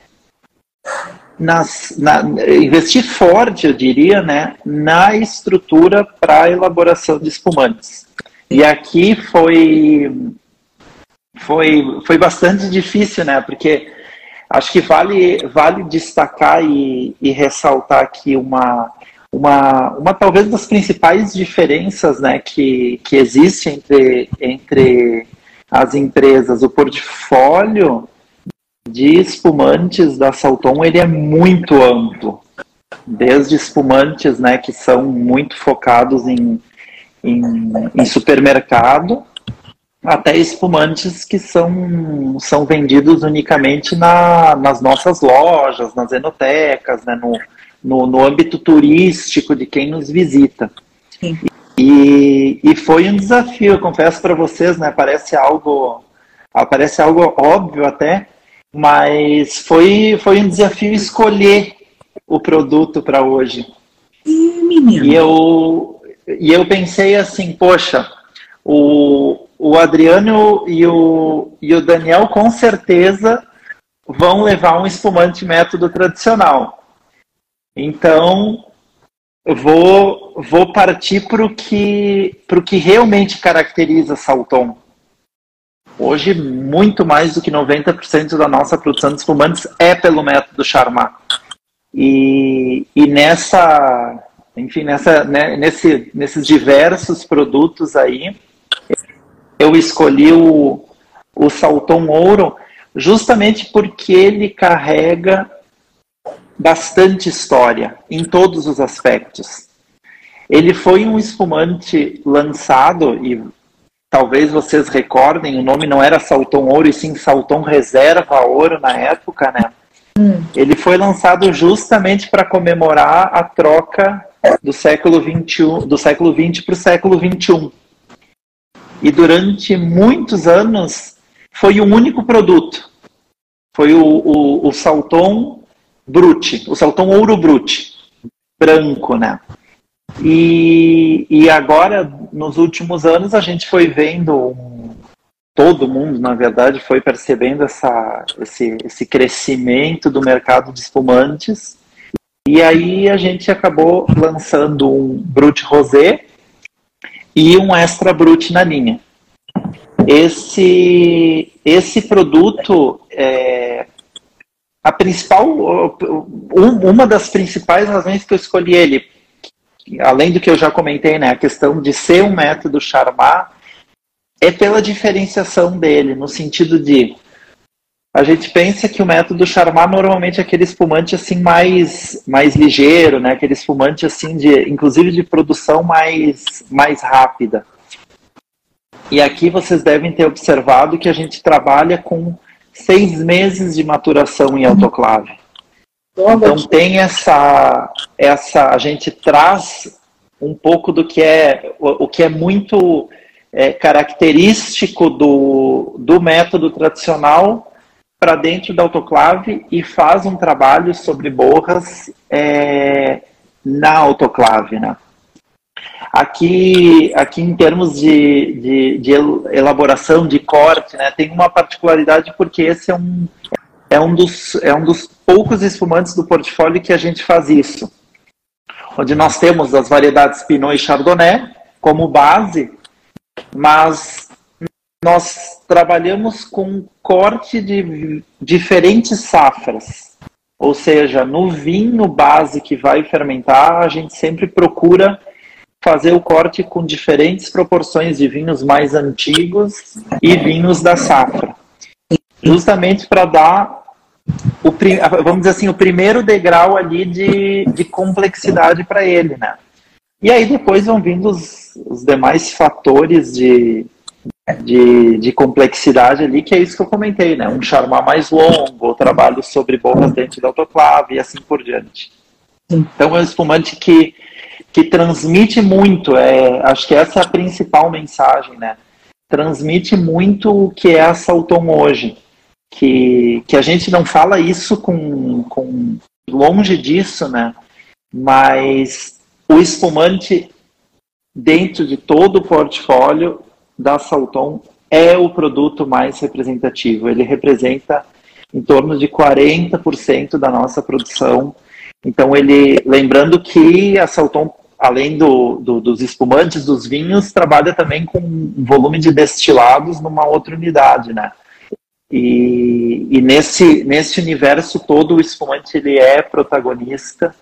nas, na, investir forte, eu diria, né, na estrutura para a elaboração de espumantes. E aqui foi, foi, foi bastante difícil, né, porque acho que vale, vale destacar e, e ressaltar aqui uma, uma, uma talvez das principais diferenças, né, que, que existe entre, entre as empresas. O portfólio de espumantes da Salton, ele é muito amplo. Desde espumantes, né, que são muito focados em, em, em supermercado, até espumantes que são, são vendidos unicamente na, nas nossas lojas, nas enotecas, né, no, no, no âmbito turístico de quem nos visita. Sim. E, e foi um desafio, eu confesso para vocês, né, parece algo, parece algo óbvio até, mas foi, foi um desafio escolher o produto para hoje. Ih, menino. E eu, e eu pensei assim, poxa, o, o Adriano e o, e o Daniel com certeza vão levar um espumante método tradicional. Então, eu vou, vou partir para o que, pro que realmente caracteriza Salton. Hoje, muito mais do que noventa por cento da nossa produção de espumantes é pelo método Charmat. E, e nessa, enfim, nessa, né, nesse, nesses diversos produtos aí, eu escolhi o, o Salton Ouro justamente porque ele carrega bastante história em todos os aspectos. Ele foi um espumante lançado, e talvez vocês recordem, o nome não era Salton Ouro, e sim Salton Reserva Ouro na época, né? Hum. Ele foi lançado justamente para comemorar a troca do século vinte e um, do século vinte para o século vinte e um. E durante muitos anos foi um único produto. Foi o, o, o Salton Brut, o Salton Ouro Brut, branco, né? E, e agora, nos últimos anos, a gente foi vendo, um, todo mundo, na verdade, foi percebendo essa, esse, esse crescimento do mercado de espumantes. E aí a gente acabou lançando um Brut Rosé e um Extra Brut na linha. Esse, esse produto, é, a principal, uma das principais razões que eu escolhi ele, além do que eu já comentei, né, a questão de ser um método Charmat, é pela diferenciação dele, no sentido de, a gente pensa que o método Charmat normalmente é aquele espumante assim mais, mais ligeiro, né, aquele espumante assim de, inclusive de produção mais, mais rápida. E aqui vocês devem ter observado que a gente trabalha com seis meses de maturação em autoclave. Então tem essa, essa, a gente traz um pouco do que é, o, o que é muito é, característico do, do método tradicional para dentro da autoclave e faz um trabalho sobre borras é, na autoclave, né? Aqui, aqui em termos de, de, de elaboração, de corte, né, tem uma particularidade porque esse é um, é, um dos, é um dos poucos espumantes do portfólio que a gente faz isso. Onde nós temos as variedades Pinot e Chardonnay como base, mas nós trabalhamos com corte de diferentes safras. Ou seja, no vinho base que vai fermentar, a gente sempre procura fazer o corte com diferentes proporções de vinhos mais antigos e vinhos da safra. Justamente para dar, o, vamos dizer assim, o primeiro degrau ali de, de complexidade para ele, né? E aí depois vão vindo os, os demais fatores de, de, de complexidade ali, que é isso que eu comentei, né? Um charmat mais longo, o trabalho sobre borras dentro da autoclave e assim por diante. Então é um espumante que que transmite muito, é, acho que essa é a principal mensagem, né? Transmite muito o que é a Salton hoje, que, que a gente não fala isso com, com longe disso, né? Mas o espumante dentro de todo o portfólio da Salton é o produto mais representativo. Ele representa em torno de quarenta por cento da nossa produção. Então, ele, lembrando que a Salton, além do, do, dos espumantes, dos vinhos, trabalha também com um volume de destilados numa outra unidade, né? E, e nesse, nesse universo todo, o espumante ele é protagonista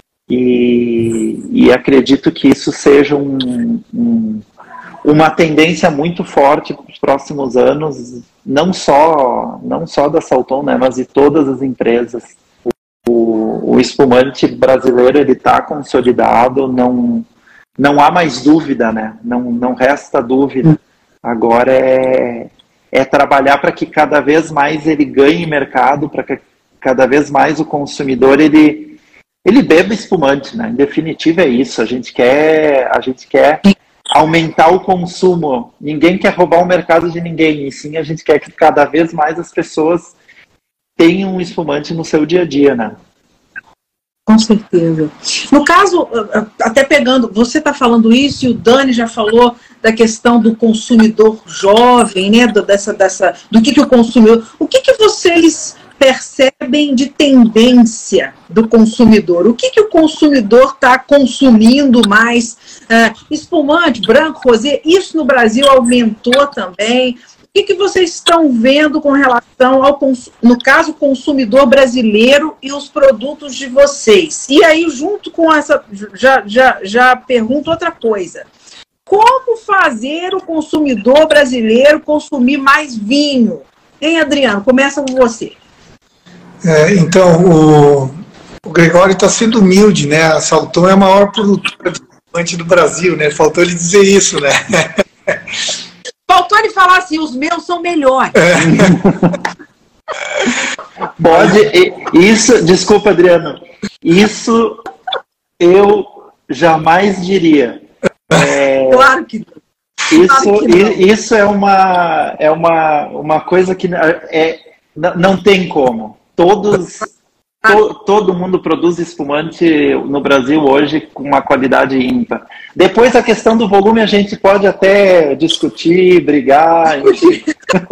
e, e acredito que isso seja um, um, uma tendência muito forte para os próximos anos, não só, não só da Salton, né, mas de todas as empresas. O, o espumante brasileiro ele está consolidado, não, não há mais dúvida, né? Não, não resta dúvida. Agora é, é trabalhar para que cada vez mais ele ganhe mercado, para que cada vez mais o consumidor ele, ele beba espumante, né? Em definitiva é isso. A gente quer, a gente quer aumentar o consumo. Ninguém quer roubar o mercado de ninguém, e sim a gente quer que cada vez mais as pessoas tem um espumante no seu dia a dia, né? Com certeza. No caso, até pegando, você está falando isso e o Dani já falou da questão do consumidor jovem, né? Do, dessa, dessa, do que, que o consumidor... O que, que vocês percebem de tendência do consumidor? O que, que o consumidor está consumindo mais? É, espumante, branco, rosé, isso no Brasil aumentou também. O que, que vocês estão vendo com relação ao, no caso, consumidor brasileiro e os produtos de vocês? E aí, junto com essa, já, já, já pergunto outra coisa. Como fazer o consumidor brasileiro consumir mais vinho? Hein, Adriano? Começa com você. É, então, o, o Gregório está sendo humilde, né? A Salton é a maior produtora de espumante do Brasil, né? Faltou ele dizer isso, né? Faltou ele falar assim, os meus são melhores. Pode, isso, desculpa, Adriano, isso eu jamais diria. É, claro que não. Isso, claro que não. Isso é uma, é uma, uma coisa que é, não tem como. Todos, to, todo mundo produz espumante no Brasil hoje com uma qualidade ímpar. Depois a questão do volume a gente pode até discutir, brigar, enfim.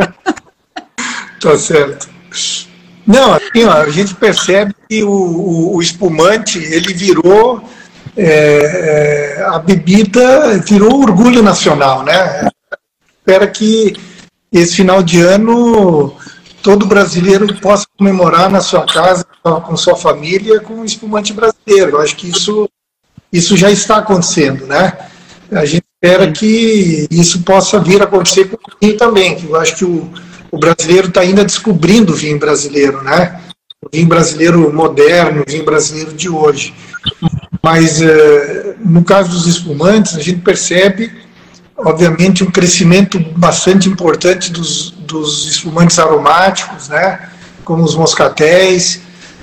Tá certo. Não, assim, ó, a gente percebe que o, o, o espumante, ele virou, é, é, a bebida virou orgulho nacional, né? Espera que esse final de ano todo brasileiro possa comemorar na sua casa, com sua família, com o espumante brasileiro. Eu acho que isso, isso já está acontecendo, né? A gente espera que isso possa vir a acontecer com o vinho também, que eu acho que o, o brasileiro está ainda descobrindo o vinho brasileiro, né? O vinho brasileiro moderno, o vinho brasileiro de hoje. Mas, eh, no caso dos espumantes, a gente percebe, obviamente, um crescimento bastante importante dos, dos espumantes aromáticos, né? Como os moscatéis.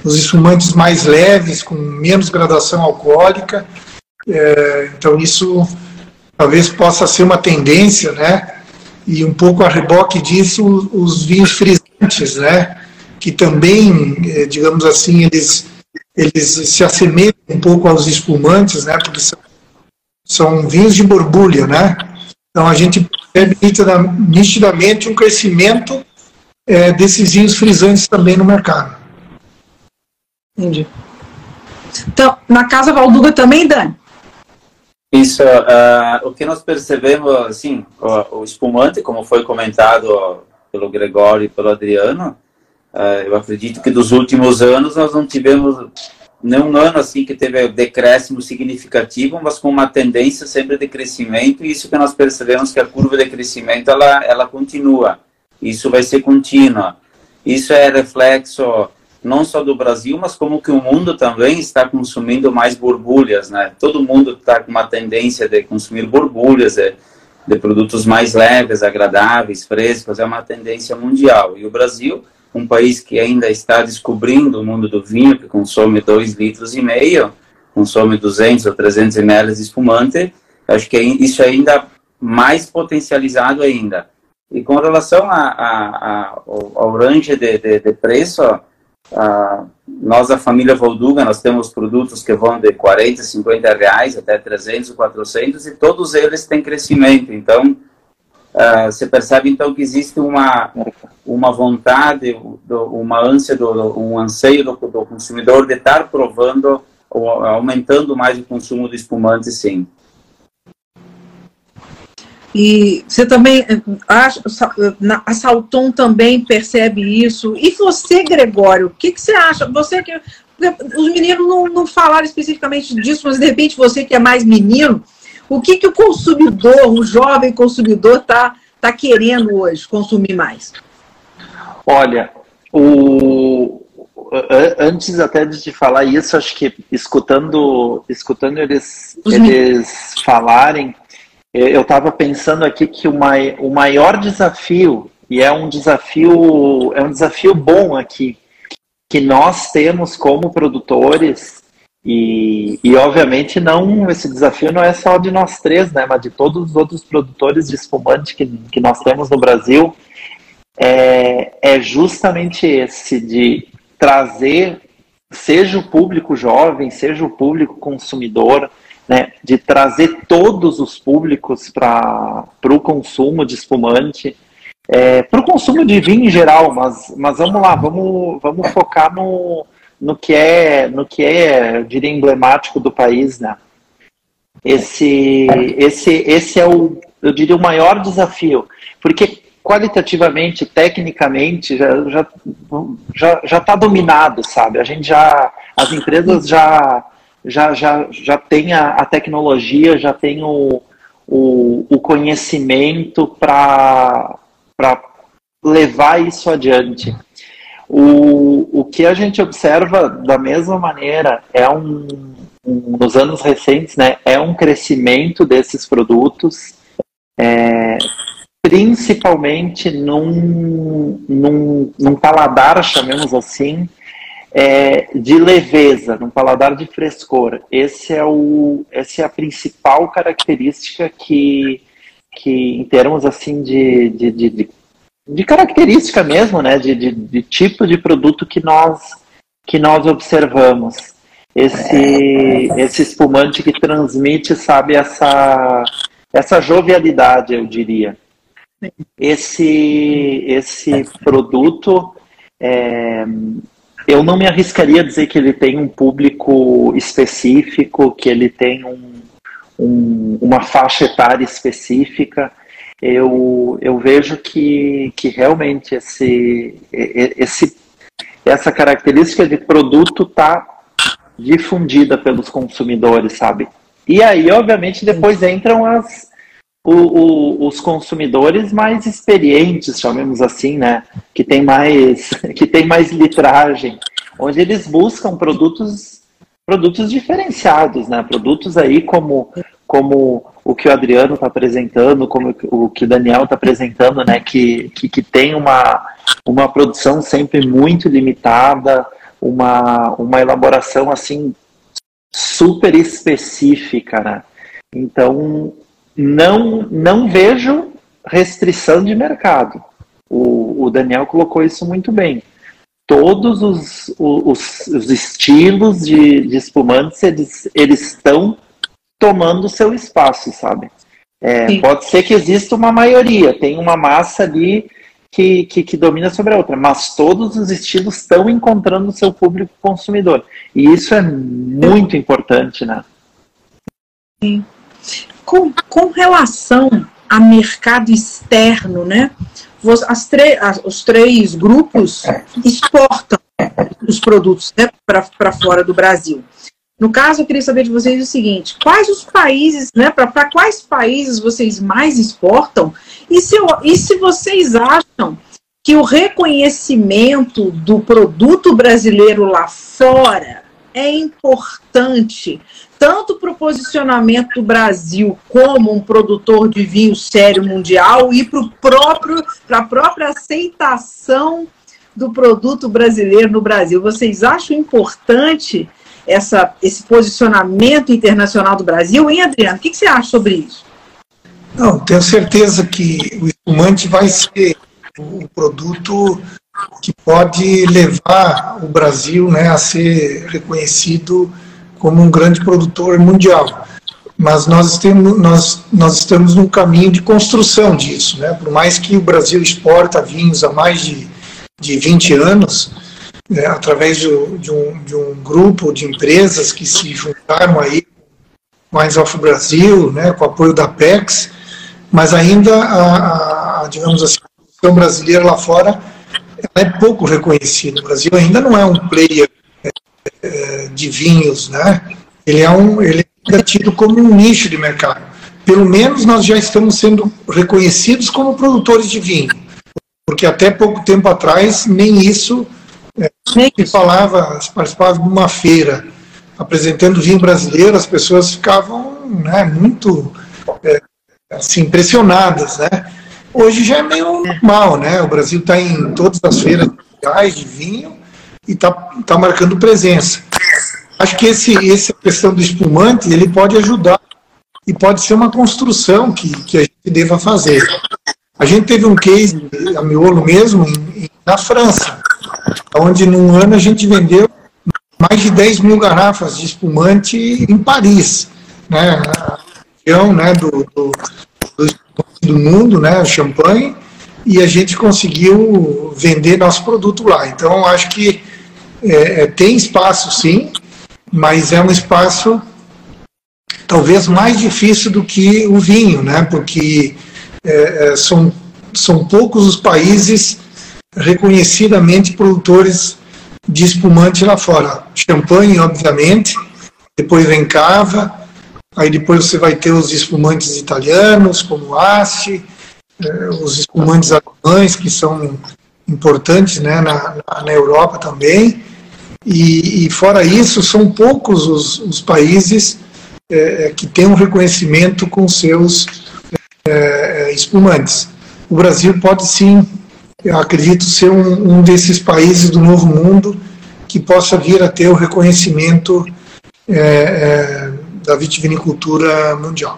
os espumantes mais leves, com menos gradação alcoólica. É, então isso talvez possa ser uma tendência, né? E um pouco a reboque disso, os vinhos frisantes, né? Que também, digamos assim, eles, eles se assemelham um pouco aos espumantes, né? Porque são, são vinhos de borbulha, né? Então a gente percebe nitidamente um crescimento é, desses vinhos frisantes também no mercado. Entendi. Então, na Casa Valduga também, Dani? Isso, uh, o que nós percebemos, assim, o, o espumante, como foi comentado pelo Gregório e pelo Adriano, uh, eu acredito que dos últimos anos nós não tivemos nenhum ano assim que teve decréscimo significativo, mas com uma tendência sempre de crescimento, e isso que nós percebemos que a curva de crescimento ela, ela continua, isso vai ser contínua. Isso é reflexo não só do Brasil, mas como que o mundo também está consumindo mais borbulhas, né? Todo mundo está com uma tendência de consumir borbulhas, de, de produtos mais leves, agradáveis, frescos, é uma tendência mundial. E o Brasil, um país que ainda está descobrindo o mundo do vinho, que consome dois litros e meio, consome duzentos ou trezentos mililitros de espumante, acho que isso é ainda mais potencializado ainda. E com relação a, a, a, ao range de, de, de preço, Uh, nós, a família Valduga, nós temos produtos que vão de quarenta, cinquenta reais até trezentos, quatrocentos, e todos eles têm crescimento. Então, uh, você percebe então que existe uma, uma vontade, uma ânsia, do, um anseio do, do consumidor de estar provando, ou aumentando mais o consumo de espumante, sim. E você também, a Salton também percebe isso. E você, Gregório, o que, que você acha? Você que, os meninos não, não falaram especificamente disso, mas de repente você que é mais menino, o que, que o consumidor, o jovem consumidor está tá querendo hoje consumir mais? Olha, o, antes até de te falar isso, acho que escutando, escutando eles, eles falarem, eu estava pensando aqui que o, mai, o maior desafio, e é um desafio, é um desafio bom aqui, que nós temos como produtores, e, e obviamente não, esse desafio não é só de nós três, né, mas de todos os outros produtores de espumante que, que nós temos no Brasil, é, é justamente esse, de trazer, seja o público jovem, seja o público consumidor, né, de trazer todos os públicos para o consumo de espumante, é, para o consumo de vinho em geral, mas, mas vamos lá, vamos, vamos focar no, no, que é, no que é, eu diria, emblemático do país, né? Esse, esse, esse é o, eu diria, o maior desafio, porque qualitativamente, tecnicamente, já já já já está dominado, sabe? A gente já, as empresas já já, já, já tem a, a tecnologia, já tem o, o, o conhecimento para levar isso adiante. O, o que a gente observa da mesma maneira é um, um nos anos recentes, né, é um crescimento desses produtos, é, principalmente num, num, num paladar, chamemos assim, É, de leveza, num paladar de frescor. Esse é o, essa é a principal característica que, que em termos assim de, de, de, de, de característica mesmo, né, de, de, de tipo de produto que nós, que nós observamos. Esse, esse espumante que transmite, sabe, essa, essa jovialidade, eu diria. Esse, esse produto é, eu não me arriscaria a dizer que ele tem um público específico, que ele tem um, um, uma faixa etária específica. Eu, eu vejo que, que realmente esse, esse, essa característica de produto está difundida pelos consumidores, sabe? E aí, obviamente, depois entram as, o, o, os consumidores mais experientes, chamemos assim, né? Que tem mais, que tem mais litragem, onde eles buscam produtos, produtos diferenciados, né? Produtos aí como, como o que o Adriano está apresentando, como o que o Daniel está apresentando, né? Que, que, que tem uma, uma produção sempre muito limitada, uma, uma elaboração assim super específica, né? Então, não, não vejo restrição de mercado. O, o Daniel colocou isso muito bem. Todos os, os, os estilos de, de espumantes, eles, eles estão tomando seu espaço, sabe? É, pode ser que exista uma maioria, tem uma massa ali que, que, que domina sobre a outra, mas todos os estilos estão encontrando o seu público consumidor. E isso é muito importante, né? Sim. Com, com relação a mercado externo, né? As as, os três grupos exportam os produtos, né, para fora do Brasil. No caso, eu queria saber de vocês o seguinte: quais os países, né, para quais países vocês mais exportam? E se, e se vocês acham que o reconhecimento do produto brasileiro lá fora é importante, tanto para o posicionamento do Brasil como um produtor de vinho sério mundial e para a própria aceitação do produto brasileiro no Brasil? Vocês acham importante essa, esse posicionamento internacional do Brasil? Hein, Adriano? O que, que você acha sobre isso? Não, tenho certeza que o espumante vai ser o produto que pode levar o Brasil, né, a ser reconhecido como um grande produtor mundial. Mas nós, temos, nós, nós estamos num caminho de construção disso, né? Por mais que o Brasil exporta vinhos há mais de, de vinte anos, né, através de, de, um, de um grupo de empresas que se juntaram aí com a Wines of Brasil, né, com o apoio da Apex, mas ainda a, a, digamos assim, a produção brasileira lá fora ela é pouco reconhecida. O Brasil ainda não é um player é, de vinhos, né? Ele é um, ele é tido como um nicho de mercado. Pelo menos nós já estamos sendo reconhecidos como produtores de vinho, porque até pouco tempo atrás nem isso é, se falava, se participava de uma feira apresentando vinho brasileiro, as pessoas ficavam, né, muito é, assim, impressionadas, né? Hoje já é meio normal, né? O Brasil está em todas as feiras mundiais de vinho e está tá marcando presença. Acho que esse, essa questão do espumante, ele pode ajudar e pode ser uma construção que, que a gente deva fazer. A gente teve um case, a miolo mesmo, em, na França, onde num ano a gente vendeu mais de dez mil garrafas de espumante em Paris, né? A região, né, do, do, do do mundo, né, champanhe, e a gente conseguiu vender nosso produto lá. Então, acho que é, tem espaço, sim, mas é um espaço talvez mais difícil do que o vinho, né, porque é, são, são poucos os países reconhecidamente produtores de espumante lá fora. Champanhe, obviamente, depois vem cava. Aí depois você vai ter os espumantes italianos, como o Asti, eh, os espumantes alemães, que são importantes, né, na, na Europa também. E, e fora isso, são poucos os, os países eh, que têm um reconhecimento com seus eh, espumantes. O Brasil pode sim, eu acredito, ser um, um desses países do Novo Mundo que possa vir a ter o reconhecimento eh, eh, da vitivinicultura mundial.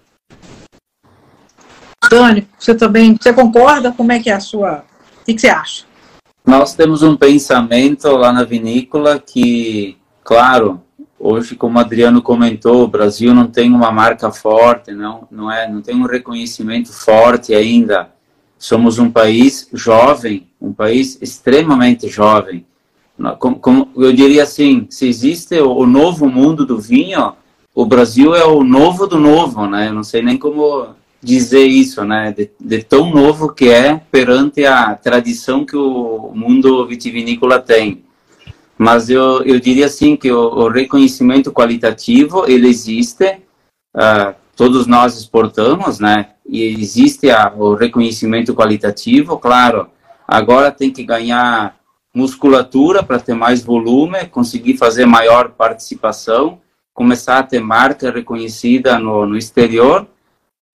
Dani, você também, você concorda? Como é que é a sua, o que, que você acha? Nós temos um pensamento lá na vinícola que, claro, hoje, como o Adriano comentou, o Brasil não tem uma marca forte, não, não, é, não tem um reconhecimento forte ainda. Somos um país jovem, um país extremamente jovem. Como, como eu diria assim, se existe o, o novo mundo do vinho, o Brasil é o novo do novo, né? Eu não sei nem como dizer isso, né? De, de tão novo que é perante a tradição que o mundo vitivinícola tem. Mas eu, eu diria assim que o, o reconhecimento qualitativo, ele existe, uh, todos nós exportamos, né? E existe a, o reconhecimento qualitativo, claro. Agora tem que ganhar musculatura para ter mais volume, conseguir fazer maior participação, começar a ter marca reconhecida no, no exterior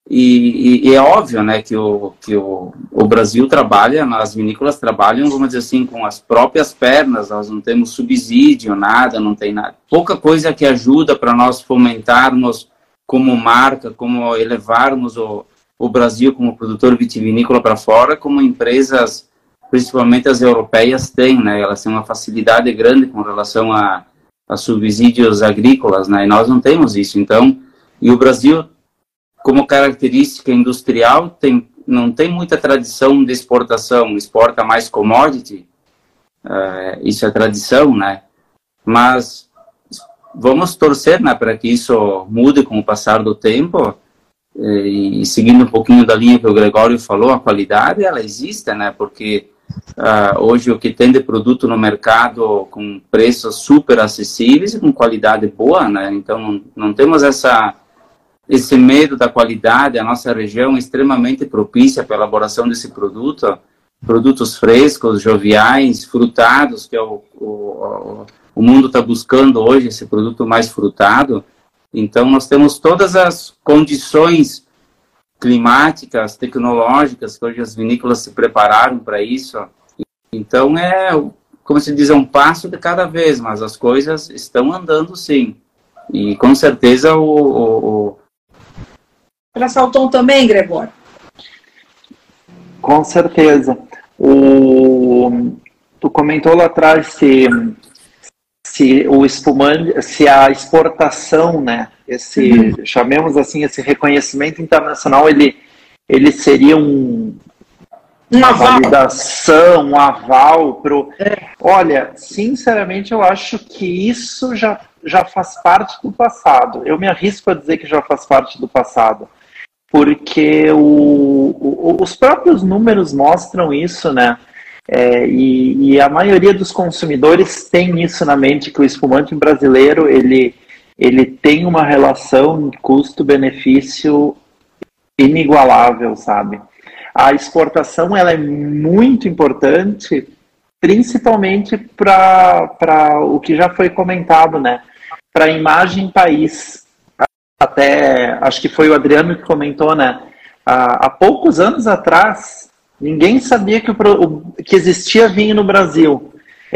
E, e, e é óbvio, né, que, o, que o, o Brasil trabalha, as vinícolas trabalham, vamos dizer assim, com as próprias pernas, nós não temos subsídio, nada, não tem nada. Pouca coisa que ajuda para nós fomentarmos como marca, como elevarmos o, o Brasil como produtor vitivinícola para fora, como empresas, principalmente as europeias, têm, né, elas têm uma facilidade grande com relação a, a subsídios agrícolas, né, e nós não temos isso, então, e o Brasil, como característica industrial, tem, não tem muita tradição de exportação, exporta mais commodity, uh, isso é tradição, né? Mas vamos torcer, né, para que isso mude com o passar do tempo, e, e seguindo um pouquinho da linha que o Gregório falou, a qualidade, ela existe, né? Porque uh, hoje o que tem de produto no mercado com preços super acessíveis e com qualidade boa, né? Então não, não temos essa... esse medo da qualidade. A nossa região é extremamente propícia para a elaboração desse produto, produtos frescos, joviais, frutados, que é o, o, o mundo está buscando hoje, esse produto mais frutado. Então, nós temos todas as condições climáticas, tecnológicas, que hoje as vinícolas se prepararam para isso. Então, é, como se diz, é um passo de cada vez, mas as coisas estão andando sim. E, com certeza, o... o, o Para Salton também, Gregório? Com certeza. O, tu comentou lá atrás se, se o espumante, se a exportação, né, esse, uhum. chamemos assim, esse reconhecimento internacional, ele, ele seria um, uma validação, um aval pro... É. Olha, sinceramente, eu acho que isso já, já faz parte do passado. Eu me arrisco a dizer que já faz parte do passado. Porque o, o, os próprios números mostram isso, né? É, e, e a maioria dos consumidores tem isso na mente, que o espumante brasileiro, ele, ele tem uma relação custo-benefício inigualável, sabe? A exportação, ela é muito importante, principalmente para o que já foi comentado, né? Para a imagem país. Até, acho que foi o Adriano que comentou, né? Há, há poucos anos atrás, ninguém sabia que, o, que existia vinho no Brasil.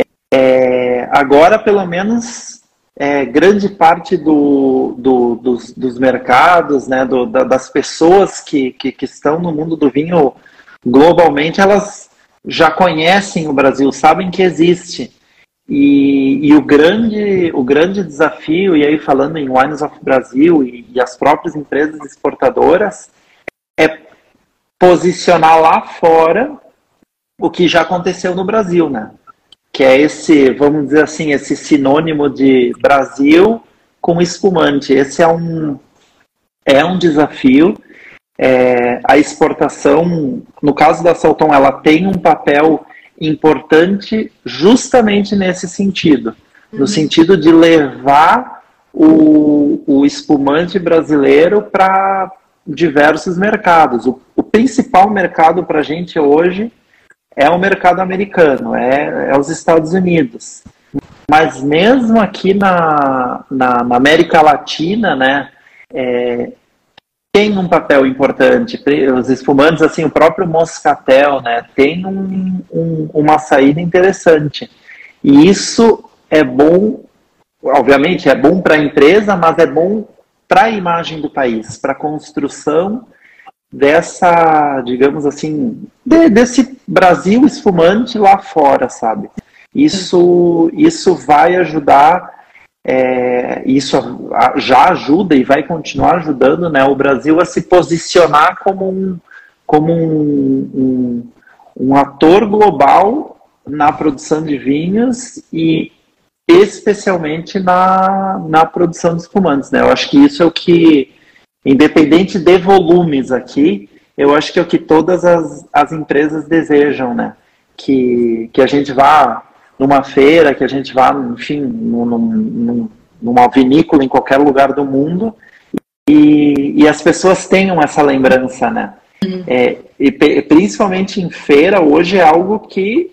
É, agora, pelo menos, é, grande parte do, do, dos, dos mercados, né, do, da, das pessoas que, que, que estão no mundo do vinho globalmente, elas já conhecem o Brasil, sabem que existe. E, e o, grande, o grande desafio, e aí falando em Wines of Brasil e, e as próprias empresas exportadoras, é posicionar lá fora o que já aconteceu no Brasil, né? Que é esse, vamos dizer assim, esse sinônimo de Brasil com espumante. Esse é um, é um desafio. É, a exportação, no caso da Salton, ela tem um papel importante justamente nesse sentido, no uhum. sentido de levar o, o espumante brasileiro para diversos mercados. O, o principal mercado para a gente hoje é o mercado americano, é, é os Estados Unidos. Mas mesmo aqui na, na, na América Latina, né, é, tem um papel importante. Os espumantes, assim, o próprio Moscatel, né, tem um, um, uma saída interessante. E isso é bom, obviamente é bom para a empresa, mas é bom para a imagem do país, para a construção dessa, digamos assim, de, desse Brasil espumante lá fora, sabe? Isso, isso vai ajudar... É, isso já ajuda e vai continuar ajudando, né, o Brasil a se posicionar como um, como um, um, um ator global na produção de vinhos e especialmente na, na produção de espumantes, né? Eu acho que isso é o que, independente de volumes aqui, eu acho que é o que todas as, as empresas desejam, né? Que, que a gente vá numa feira, que a gente vá, enfim, num, num, numa vinícola em qualquer lugar do mundo e, e as pessoas tenham essa lembrança, né? Uhum. É, e principalmente em feira, hoje é algo que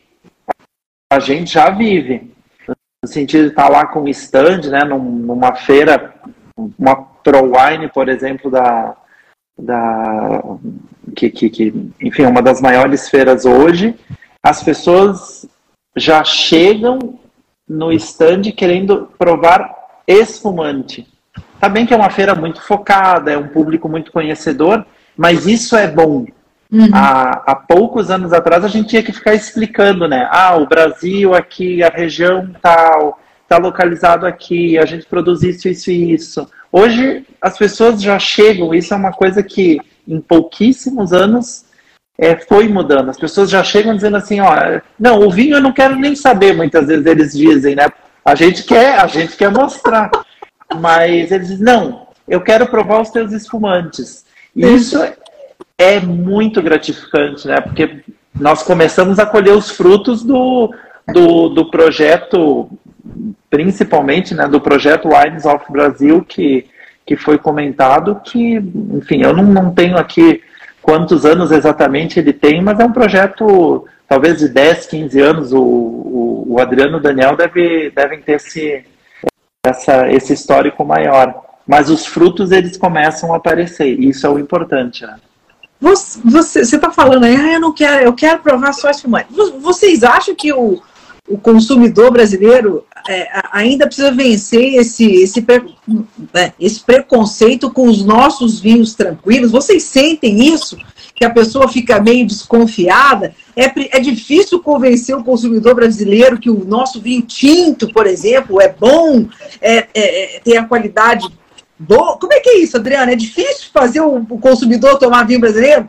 a gente já vive, no sentido de estar lá com o stand, né, num, numa feira, uma Pro Wine, por exemplo, da, da que, que, que, enfim, é uma das maiores feiras hoje, as pessoas já chegam no stand querendo provar espumante. Tá bem que é uma feira muito focada, é um público muito conhecedor, mas isso é bom. Uhum. Há, há poucos anos atrás a gente tinha que ficar explicando, né? Ah, o Brasil aqui, a região tal, está localizado aqui, a gente produz isso, isso e isso. Hoje as pessoas já chegam, isso é uma coisa que em pouquíssimos anos é, foi mudando. As pessoas já chegam dizendo assim, ó, não, o vinho eu não quero nem saber, muitas vezes eles dizem, né? A gente quer, a gente quer mostrar. Mas eles dizem, não, eu quero provar os teus espumantes. E isso é muito gratificante, né? Porque nós começamos a colher os frutos do, do, do projeto, principalmente, né, do projeto Wines of Brazil, que, que foi comentado, que, enfim, eu não, não tenho aqui quantos anos exatamente ele tem, mas é um projeto, talvez de dez, quinze anos, o, o, o Adriano e o Daniel deve, devem ter esse, essa, esse histórico maior. Mas os frutos, eles começam a aparecer, e isso é o importante, né? Você está falando aí, ah, eu não quero, eu quero provar só espumante. Vocês acham que o, o consumidor brasileiro é, ainda precisa vencer esse, esse, né, esse preconceito com os nossos vinhos tranquilos? Vocês sentem isso? Que a pessoa fica meio desconfiada? É, é difícil convencer o consumidor brasileiro que o nosso vinho tinto, por exemplo, é bom, é, é, tem a qualidade boa? Como é que é isso, Adriana? É difícil fazer o, o consumidor tomar vinho brasileiro?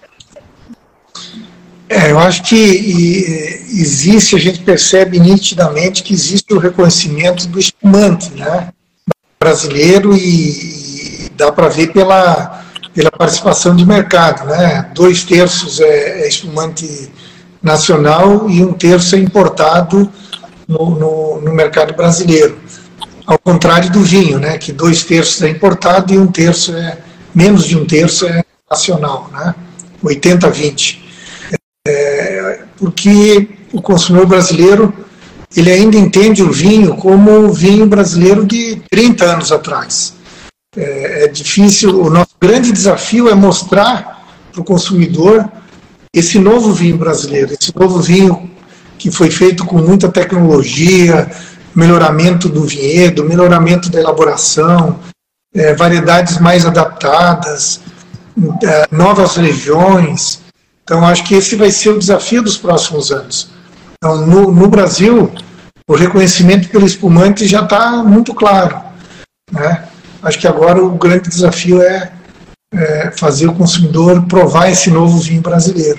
É, eu acho que e, existe, a gente percebe nitidamente que existe o reconhecimento do espumante, né, brasileiro, e, e dá para ver pela, pela participação de mercado, né? Dois terços é, é espumante nacional e um terço é importado no, no, no mercado brasileiro. Ao contrário do vinho, né, que dois terços é importado e um terço é, menos de um terço é nacional, né, oitenta a vinte. É, porque o consumidor brasileiro, ele ainda entende o vinho como o vinho brasileiro de trinta anos atrás. É, é difícil, o nosso grande desafio é mostrar para o consumidor esse novo vinho brasileiro, esse novo vinho que foi feito com muita tecnologia, melhoramento do vinhedo, melhoramento da elaboração, é, variedades mais adaptadas, é, novas regiões. Então, acho que esse vai ser o desafio dos próximos anos. Então, no, no Brasil, o reconhecimento pelo espumante já está muito claro, né? Acho que agora o grande desafio é, é fazer o consumidor provar esse novo vinho brasileiro.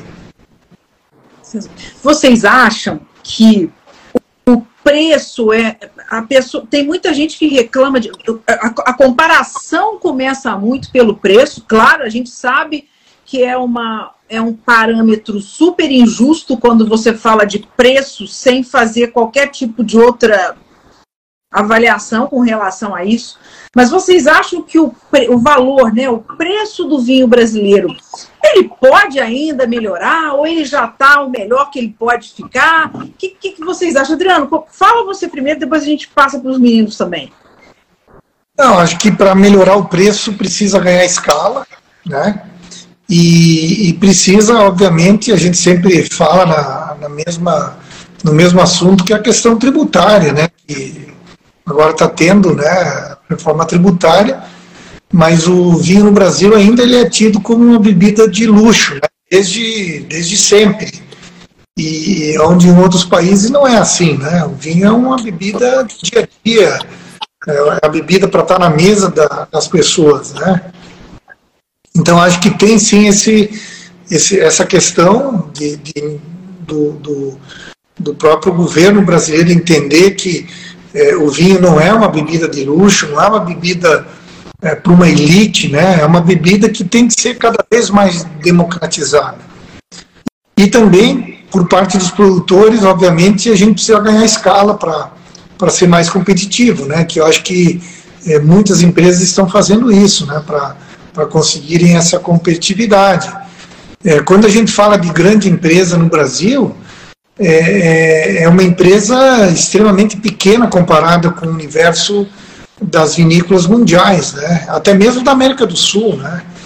Vocês acham que o preço é... A pessoa, tem muita gente que reclama de... A, a comparação começa muito pelo preço. Claro, a gente sabe que é, uma, é um parâmetro super injusto quando você fala de preço sem fazer qualquer tipo de outra avaliação com relação a isso. Mas vocês acham que o, o valor, né, o preço do vinho brasileiro, ele pode ainda melhorar ou ele já está o melhor que ele pode ficar? O que, que, que vocês acham? Adriano, fala você primeiro, depois a gente passa para os meninos também. Não, acho que para melhorar o preço precisa ganhar escala, né? E, e precisa, obviamente, a gente sempre fala na, na mesma, no mesmo assunto, que é a questão tributária, né? Que agora está tendo, né, reforma tributária, mas o vinho no Brasil ainda ele é tido como uma bebida de luxo, né, desde, desde sempre. E onde em outros países não é assim, né? O vinho é uma bebida de dia a dia, é a bebida para estar na mesa da, das pessoas, né? Então, acho que tem sim esse, esse, essa questão de, de, do, do, do próprio governo brasileiro entender que é, o vinho não é uma bebida de luxo, não é uma bebida é, para uma elite, né? É uma bebida que tem que ser cada vez mais democratizada. E também, por parte dos produtores, obviamente, a gente precisa ganhar escala para ser mais competitivo, né? Que eu acho que é, muitas empresas estão fazendo isso, né? Para para conseguirem essa competitividade. É, quando a gente fala de grande empresa no Brasil, é, é uma empresa extremamente pequena comparada com o universo das vinícolas mundiais, né? Até mesmo da América do Sul, né?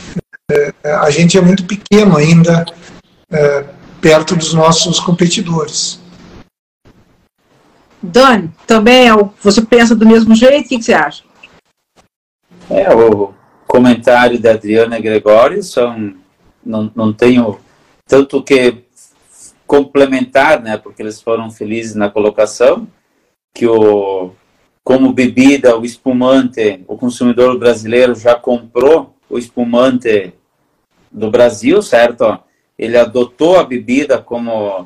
a gente é muito pequeno ainda é, perto dos nossos competidores. Dani, também você pensa do mesmo jeito? O que, que você acha? É, o comentário da Adriana e Gregório são, não, não tenho tanto que complementar, né, porque eles foram felizes na colocação, que o, como bebida, o espumante, o consumidor brasileiro já comprou o espumante do Brasil, certo? Ele adotou a bebida como,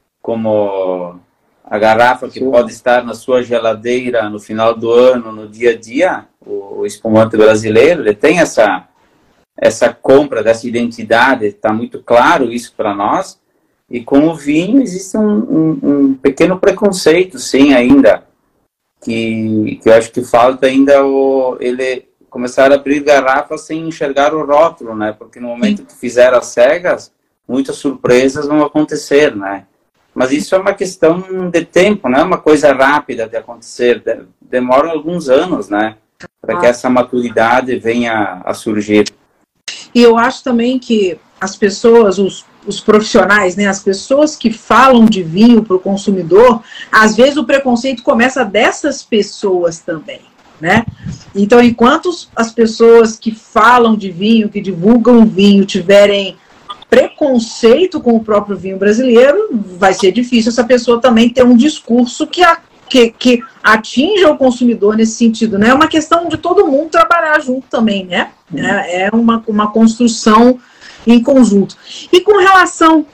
como a garrafa que Sim. pode estar na sua geladeira no final do ano, no dia a dia, o, o espumante brasileiro, ele tem essa, essa compra dessa identidade, está muito claro isso para nós. E com o vinho existe um, um, um pequeno preconceito, sim, ainda, que, que eu acho que falta ainda o, ele começar a abrir garrafas sem enxergar o rótulo, né? Porque no momento sim. que fizer as cegas, muitas surpresas vão acontecer, né? Mas isso é uma questão de tempo, não é uma coisa rápida de acontecer, demora alguns anos, né? Para que essa maturidade venha a surgir. E eu acho também que as pessoas, os, os profissionais, né, as pessoas que falam de vinho para o consumidor, às vezes o preconceito começa dessas pessoas também, né? Então, enquanto as pessoas que falam de vinho, que divulgam vinho, tiverem preconceito com o próprio vinho brasileiro, vai ser difícil essa pessoa também ter um discurso que, a, que, que atinja o consumidor nesse sentido, né? É uma questão de todo mundo trabalhar junto também, né? É uma, uma construção em conjunto. E com relação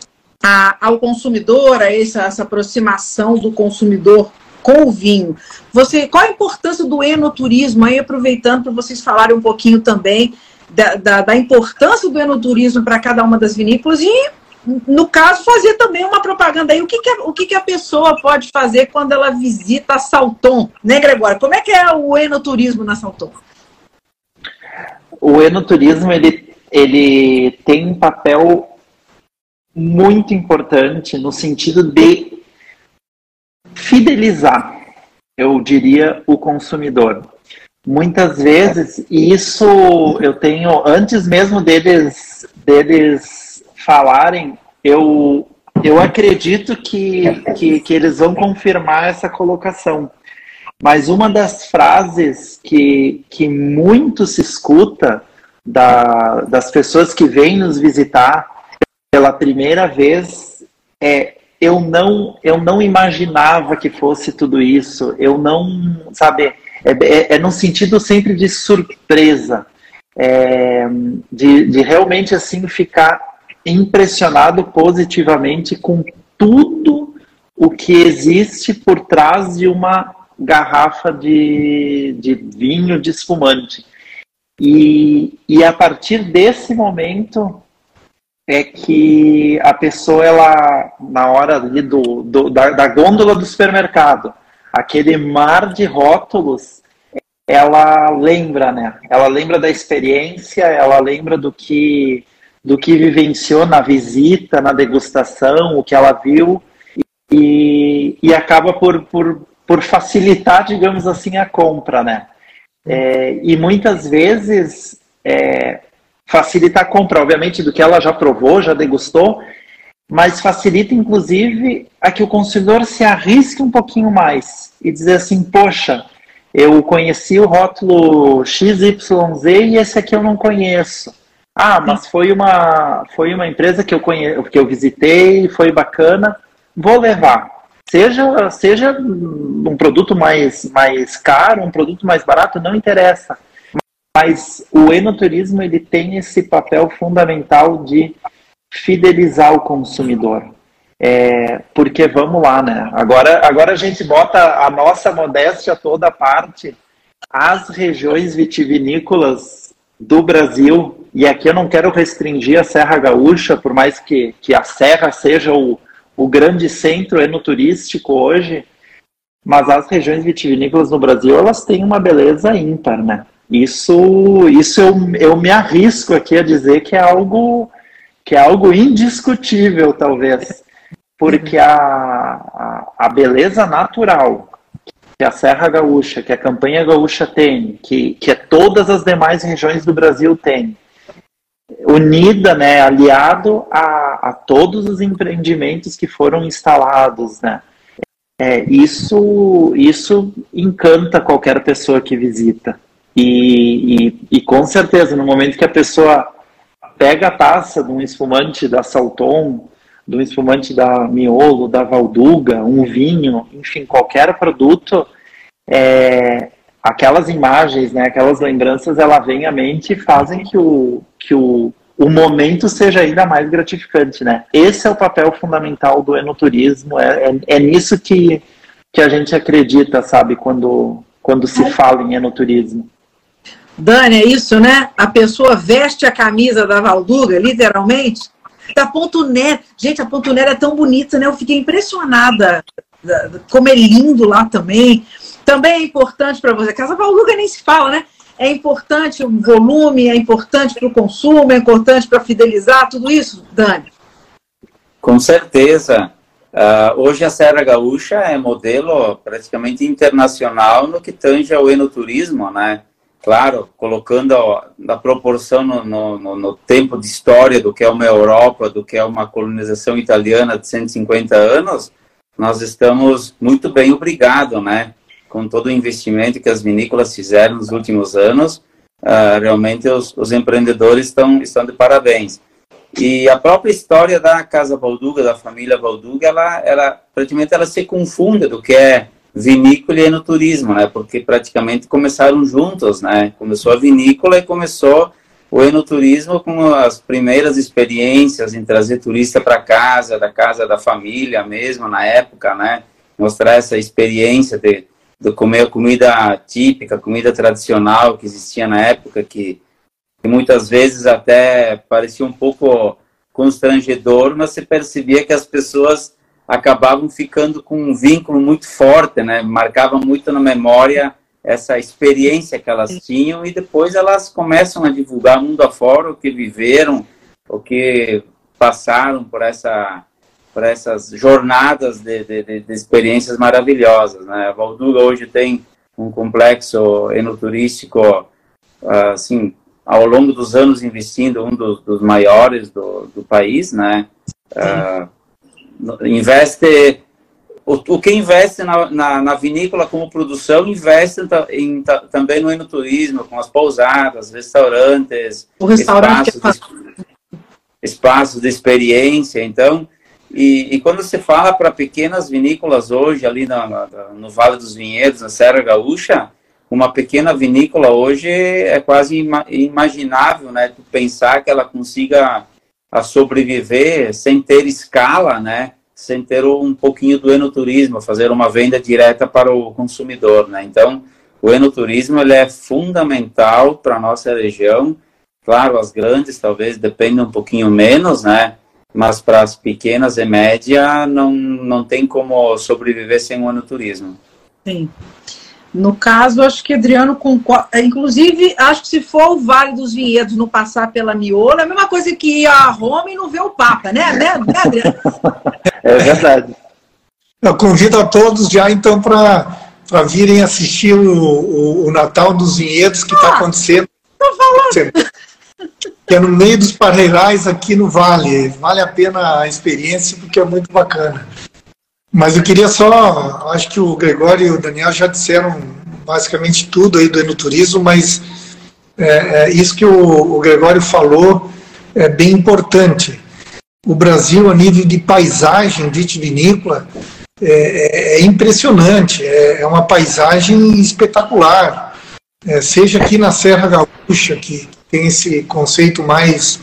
a, ao consumidor, a essa, essa aproximação do consumidor com o vinho, você, qual a importância do enoturismo? Aí, aproveitando para vocês falarem um pouquinho também da, da, da importância do enoturismo para cada uma das vinícolas e, no caso, fazer também uma propaganda aí. O que, que, a, o que, que a pessoa pode fazer quando ela visita a Salton, né, Gregório? Como é que é o enoturismo na Salton? O enoturismo, ele, ele tem um papel muito importante no sentido de fidelizar, eu diria, o consumidor. Muitas vezes, e isso eu tenho, antes mesmo deles, deles falarem, eu, eu acredito que, que, que eles vão confirmar essa colocação. Mas uma das frases que, que muito se escuta da, das pessoas que vêm nos visitar pela primeira vez é: eu não, eu não imaginava que fosse tudo isso, eu não, sabe, é, é, é no sentido sempre de surpresa, é, de, de realmente assim ficar impressionado positivamente com tudo o que existe por trás de uma garrafa de, de vinho de espumante. E, e a partir desse momento é que a pessoa, ela, na hora ali do, do, da, da gôndola do supermercado, aquele mar de rótulos, ela lembra, né? Ela lembra da experiência, ela lembra do que, do que vivenciou na visita, na degustação, o que ela viu, e, e acaba por, por por facilitar, digamos assim, a compra, né? É, e muitas vezes é, facilita a compra, obviamente, do que ela já provou, já degustou, mas facilita, inclusive, a que o consumidor se arrisque um pouquinho mais e dizer assim: poxa, eu conheci o rótulo X Y Z e esse aqui eu não conheço. Ah, mas foi uma, foi uma empresa que eu, conhe... que eu visitei, foi bacana, vou levar. Seja, seja um produto mais, mais caro, um produto mais barato, não interessa. Mas o enoturismo, ele tem esse papel fundamental de fidelizar o consumidor. É, porque vamos lá, né? Agora, agora a gente bota a nossa modéstia toda à parte. As regiões vitivinícolas do Brasil, e aqui eu não quero restringir a Serra Gaúcha, por mais que, que a Serra seja o o grande centro enoturístico hoje, mas as regiões vitivinícolas no Brasil, elas têm uma beleza ímpar, né? Isso, isso eu, eu me arrisco aqui a dizer que é algo, que é algo indiscutível, talvez, porque a, a, a beleza natural que a Serra Gaúcha, que a Campanha Gaúcha tem, que, que todas as demais regiões do Brasil têm, unida, né, aliado a, a todos os empreendimentos que foram instalados, né. É, isso, isso encanta qualquer pessoa que visita. E, e, e com certeza, no momento que a pessoa pega a taça de um espumante da Salton, de um espumante da Miolo, da Valduga, um vinho, enfim, qualquer produto, é, aquelas imagens, né, aquelas lembranças, ela vem à mente e fazem que o, que o, o momento seja ainda mais gratificante, né? Esse é o papel fundamental do enoturismo, é, é, é nisso que, que a gente acredita, sabe, quando, quando se fala em enoturismo. Dani, é isso, né? A pessoa veste a camisa da Valduga, literalmente, da Ponto Nero. Gente, a Ponto Nero é tão bonita, né? Eu fiquei impressionada como é lindo lá também. Também é importante para você. A Casa Valduga nem se fala, né? É importante o volume, é importante para o consumo, é importante para fidelizar, tudo isso, Dani? Com certeza. Uh, hoje a Serra Gaúcha é modelo praticamente internacional no que tange ao enoturismo, né? Claro, colocando a, a proporção no, no, no tempo de história do que é uma Europa, do que é uma colonização italiana de cento e cinquenta anos, nós estamos muito bem obrigados, né? Com todo o investimento que as vinícolas fizeram nos últimos anos, uh, realmente os, os empreendedores estão, estão de parabéns. E a própria história da Casa Valduga, da família Valduga, ela, ela, praticamente ela se confunde do que é vinícola e enoturismo, né? Porque praticamente começaram juntos, né? Começou a vinícola e começou o enoturismo com as primeiras experiências em trazer turista para casa, da casa da família mesmo, na época, né? Mostrar essa experiência de, de comer a comida típica, comida tradicional que existia na época, que, que muitas vezes até parecia um pouco constrangedor, mas se percebia que as pessoas acabavam ficando com um vínculo muito forte, né? Marcava muito na memória essa experiência que elas tinham e depois elas começam a divulgar mundo afora o que viveram, o que passaram por, essa, por essas jornadas de, de, de experiências maravilhosas, né? A Valduga hoje tem um complexo enoturístico, assim, ao longo dos anos investindo um dos, dos maiores do, do país, né? Uh, investe o, o que investe na, na, na vinícola como produção investe em, em, também no enoturismo, com as pousadas, restaurantes, o restaurante espaços, de, espaços de experiência. Então, e, e quando se fala para pequenas vinícolas hoje ali na, na, no Vale dos Vinhedos, na Serra Gaúcha, uma pequena vinícola hoje é quase ima, imaginável, né, tu pensar que ela consiga a sobreviver sem ter escala, né? Sem ter um pouquinho do enoturismo, fazer uma venda direta para o consumidor, né? Então, o enoturismo ele é fundamental para a nossa região. Claro, as grandes talvez dependam um pouquinho menos, né? Mas para as pequenas e média não, não tem como sobreviver sem o enoturismo. Sim. No caso, acho que Adriano concorda. Inclusive, acho que se for o Vale dos Vinhedos não passar pela Miolo, é a mesma coisa que ir a Roma e não ver o Papa, né, né, né Adriano? É verdade. Eu convido a todos já, então, para virem assistir o, o, o Natal dos Vinhedos que está ah, acontecendo. Estou falando. Que é no meio dos Parreirais aqui no Vale. Vale a pena a experiência porque é muito bacana. Mas eu queria só, acho que o Gregório e o Daniel já disseram basicamente tudo aí do enoturismo, mas é, é, isso que o, o Gregório falou é bem importante. O Brasil, a nível de paisagem vitivinícola, é, é impressionante, é, é uma paisagem espetacular. É, seja aqui na Serra Gaúcha, que tem esse conceito mais,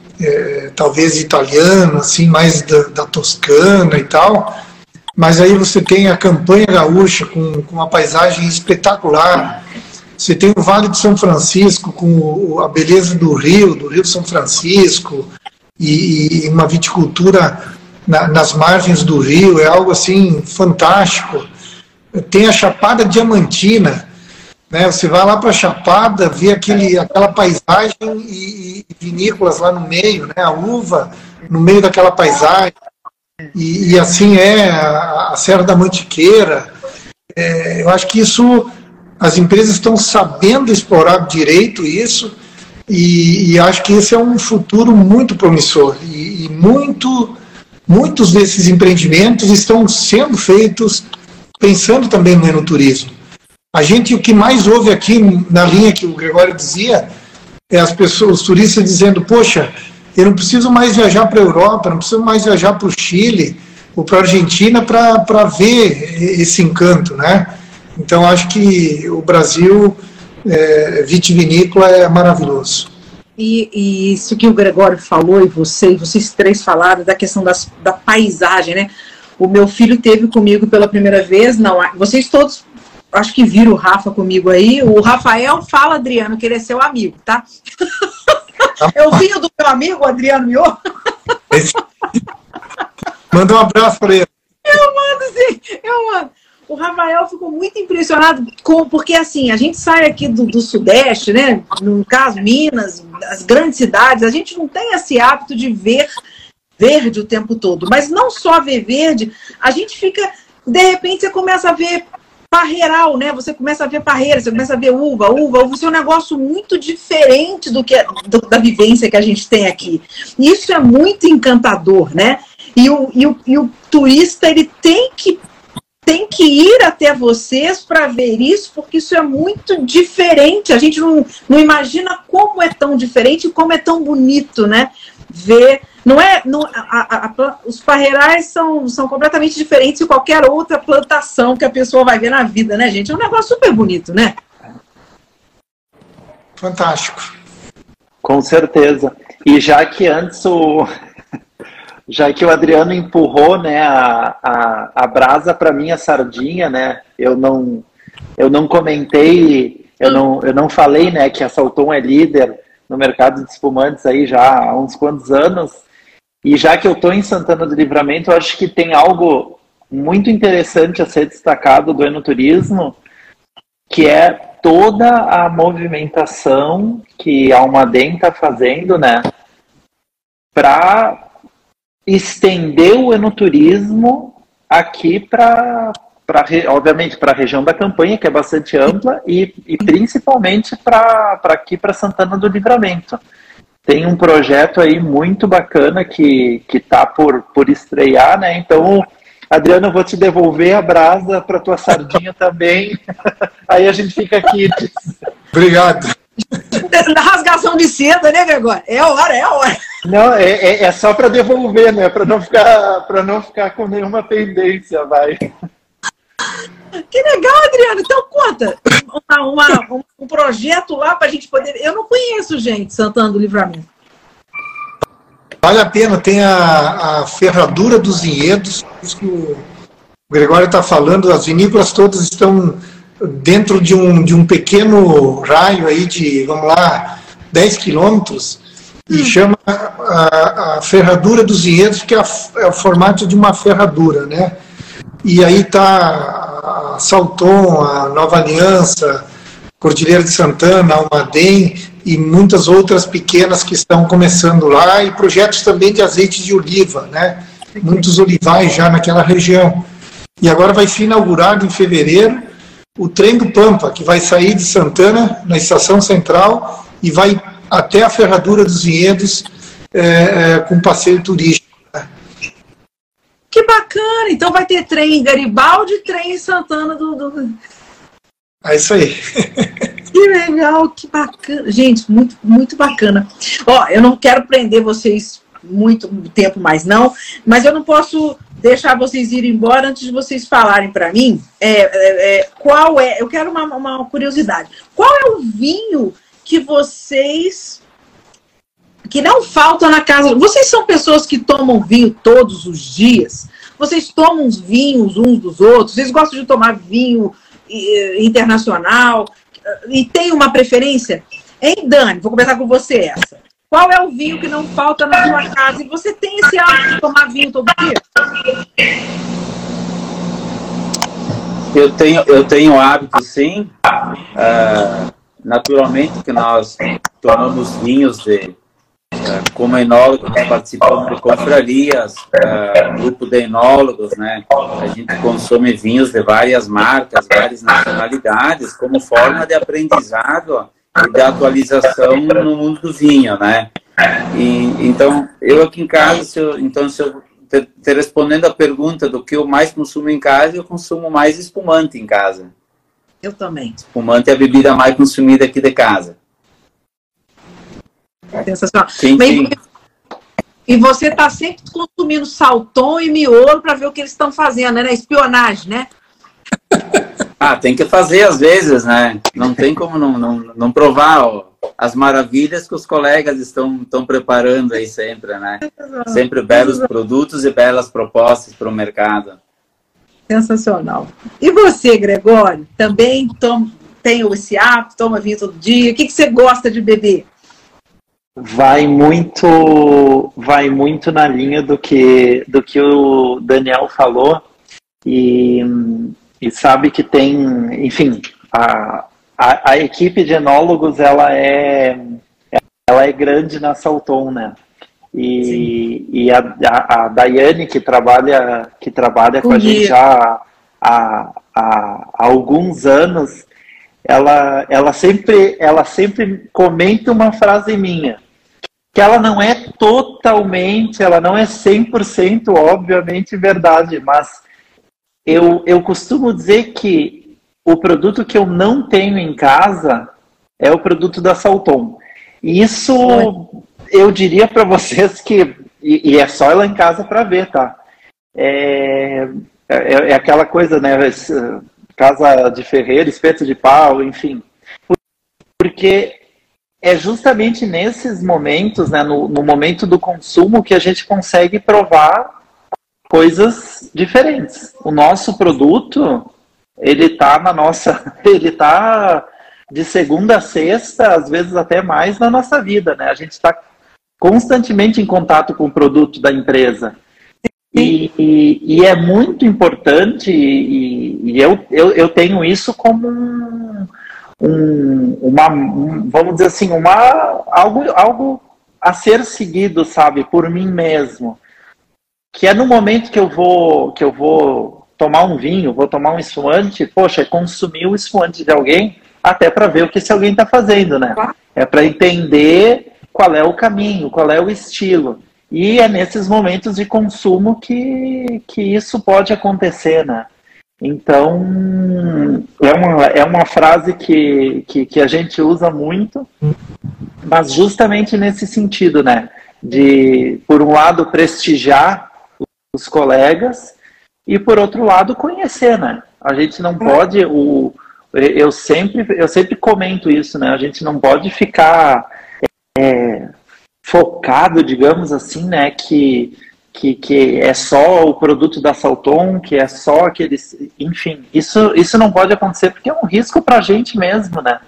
é, talvez italiano, assim, mais da, da Toscana e tal. Mas aí você tem a Campanha Gaúcha com, com uma paisagem espetacular. Você tem o Vale de São Francisco com a beleza do rio, do Rio São Francisco, e, e uma viticultura na, nas margens do rio, é algo assim fantástico. Tem a Chapada Diamantina, né? Você vai lá para a Chapada, vê aquele, aquela paisagem e, e vinícolas lá no meio, né? A uva no meio daquela paisagem. E, e assim é a, a Serra da Mantiqueira. É, eu acho que isso, as empresas estão sabendo explorar direito isso, e, e acho que esse é um futuro muito promissor, e, e muito, muitos desses empreendimentos estão sendo feitos pensando também no enoturismo. A gente, o que mais ouve aqui, na linha que o Gregório dizia, é as pessoas, os turistas dizendo, poxa, eu não preciso mais viajar para a Europa, não preciso mais viajar para o Chile ou para a Argentina para ver esse encanto, né? Então, acho que o Brasil é, vitivinícola é maravilhoso. E, e isso que o Gregório falou, e você, vocês três falaram, da questão das, da paisagem, né? O meu filho teve comigo pela primeira vez, não, vocês todos, acho que viram o Rafa comigo aí. O Rafael fala, Adriano, que ele é seu amigo, tá? É o filho do meu amigo, o Adriano Miô. Manda um abraço para ele. Eu mando, sim, eu mando. O Rafael ficou muito impressionado, com, porque assim, a gente sai aqui do, do Sudeste, né? No caso, Minas, as grandes cidades, a gente não tem esse hábito de ver verde o tempo todo. Mas não só ver verde, a gente fica, de repente, você começa a ver parreiral, né? Você começa a ver parreira, você começa a ver uva, uva, uva. Isso é um negócio muito diferente do que, do, da vivência que a gente tem aqui. E isso é muito encantador, né? E o, e o, e o turista, ele tem que tem que ir até vocês para ver isso, porque isso é muito diferente. A gente não, não imagina como é tão diferente e como é tão bonito, né? Ver, não é, não, a, a, a, os parreirais são, são completamente diferentes de qualquer outra plantação que a pessoa vai ver na vida, né, gente? É um negócio super bonito, né? Fantástico. Com certeza. E já que antes o... Já que o Adriano empurrou, né, a, a, a brasa para minha sardinha, né, eu não, eu não comentei, eu não, eu não falei, né, que a Salton é líder no mercado de espumantes aí já há uns quantos anos, e já que eu estou em Santana do Livramento, eu acho que tem algo muito interessante a ser destacado do enoturismo, que é toda a movimentação que a Almaden está fazendo, né, para estender o enoturismo aqui para, obviamente, para a região da Campanha, que é bastante ampla, e, e principalmente para aqui, para Santana do Livramento. Tem um projeto aí muito bacana que está por, por estrear, né? Então, Adriano, eu vou te devolver a brasa para tua sardinha também. Aí a gente fica aqui. Obrigado. Na rasgação de seda, né, Gregório? É a hora, é a hora. Não, é, é, é só para devolver, né? Para não ficar, para não ficar com nenhuma pendência, vai. Que legal, Adriano. Então conta uma, uma, um, um projeto lá para a gente poder. Eu não conheço, gente, Santana do Livramento. Vale a pena. Tem a, a ferradura dos vinhedos, isso que o Gregório está falando. As vinícolas todas estão dentro de um, de um pequeno raio aí de, vamos lá, dez quilômetros, e hum. chama a, a ferradura dos vinhedos, porque é, a, é o formato de uma ferradura, né? E aí está a Salton, a Nova Aliança, Cordilheira de Santana, Almaden e muitas outras pequenas que estão começando lá, e projetos também de azeite de oliva, né? Muitos olivais já naquela região. E agora vai ser inaugurado em fevereiro o trem do Pampa, que vai sair de Santana, na estação central, e vai até a Ferradura dos Vinhedos é, é, com passeio turístico. Né? Que bacana! Então vai ter trem em Garibaldi e trem em Santana do... do... É isso aí. Que legal, que bacana. Gente, muito, muito bacana. Ó, eu não quero prender vocês muito tempo mais não, mas eu não posso deixar vocês irem embora antes de vocês falarem para mim é, é, é, qual é, eu quero uma, uma curiosidade, qual é o vinho que vocês, que não falta na casa, vocês são pessoas que tomam vinho todos os dias, vocês tomam os vinhos uns dos outros, vocês gostam de tomar vinho internacional e tem uma preferência? Hein, Dani, vou começar com você essa. Qual é o vinho que não falta na sua casa? E você tem esse hábito de tomar vinho todo dia? Eu tenho, eu tenho hábito, sim. Uh, naturalmente que nós tomamos vinhos de, uh, como enólogo, nós participamos de confrarias, uh, grupo de enólogos, né? A gente consome vinhos de várias marcas, várias nacionalidades, como forma de aprendizado de atualização no mundo do vinho, né? E, então, eu aqui em casa, se eu, então, se eu te, te respondendo a pergunta do que eu mais consumo em casa, eu consumo mais espumante em casa. Eu também. Espumante é a bebida mais consumida aqui de casa. Sensacional. Sim, Mas, sim. E você está sempre consumindo salton e miolo para ver o que eles estão fazendo, né? Espionagem, né? Ah, tem que fazer às vezes, né? Não tem como não, não, não provar ó, as maravilhas que os colegas estão, estão preparando aí sempre, né? Sempre belos produtos e belas propostas para o mercado. Sensacional. E você, Gregório, também toma, tem esse hábito, toma vinho todo dia? O que, que você gosta de beber? Vai muito, vai muito na linha do que, do que o Daniel falou e, e sabe que tem, enfim, a, a, a equipe de enólogos ela é, ela é grande na Salton, né? E, e a, a, a Daiane, que trabalha, que trabalha com a gente já há, há, há alguns anos, ela, ela, sempre, ela sempre comenta uma frase minha, que ela não é totalmente, ela não é cem por cento obviamente verdade, mas eu, eu costumo dizer que o produto que eu não tenho em casa é o produto da Salton. E isso eu diria para vocês que, e, e é só ir lá em casa para ver, tá? É, é, é aquela coisa, né? Casa de ferreiro, espeto de pau, enfim. Porque é justamente nesses momentos, né, no, no momento do consumo, que a gente consegue provar coisas diferentes. O nosso produto, ele tá na nossa... Ele tá de segunda a sexta, às vezes até mais, na nossa vida, né? A gente está constantemente em contato com o produto da empresa. E, e, e é muito importante, e, e eu, eu, eu tenho isso como um, um, uma, um, vamos dizer assim, uma, algo, algo a ser seguido, sabe, por mim mesmo. Que é no momento que eu vou, que eu vou tomar um vinho, vou tomar um espumante, poxa, é consumir o espumante de alguém, até para ver o que esse alguém está fazendo, né? É para entender qual é o caminho, qual é o estilo. E é nesses momentos de consumo que, que isso pode acontecer, né? Então, é uma, é uma frase que, que, que a gente usa muito, mas justamente nesse sentido, né? De, por um lado, prestigiar os colegas e, por outro lado, conhecer, né? A gente não pode... O, eu, sempre, eu sempre comento isso, né? A gente não pode ficar... É, focado, digamos assim, né, que, que, que é só o produto da Salton, que é só aqueles... Enfim, isso, isso não pode acontecer porque é um risco pra gente mesmo, né?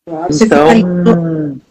Então...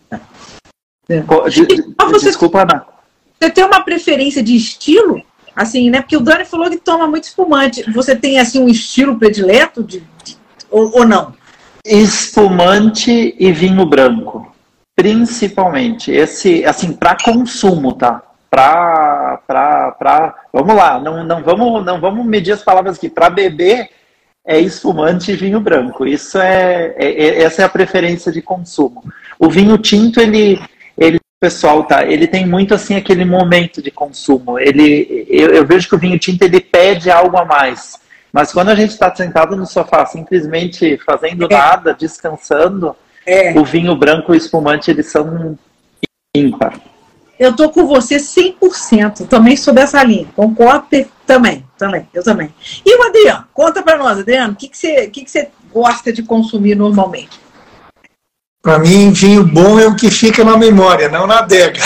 Desculpa, Ana. Você tem uma preferência de estilo? Assim, né? Porque o Dani falou que toma muito espumante. Você tem, assim, um estilo predileto de, de, ou, ou não? Espumante e vinho branco. Principalmente, esse, assim, para consumo, tá? Para, para, para, vamos lá, não, não, vamos, não vamos medir as palavras aqui. Para beber é espumante e vinho branco. Isso é, é, é, essa é a preferência de consumo. O vinho tinto, ele, ele, pessoal, tá? Ele tem muito assim aquele momento de consumo. Ele, eu, eu vejo que o vinho tinto ele pede algo a mais. Mas quando a gente está sentado no sofá, simplesmente fazendo nada, descansando. É. O vinho branco e o espumante, eles são ímpar. Eu tô com você cem por cento. Também sou dessa linha. Concordo também. também eu também. E o Adriano? Conta pra nós, Adriano. O que, que, você, que, que você gosta de consumir normalmente? Para mim, vinho bom é o que fica na memória, não na adega.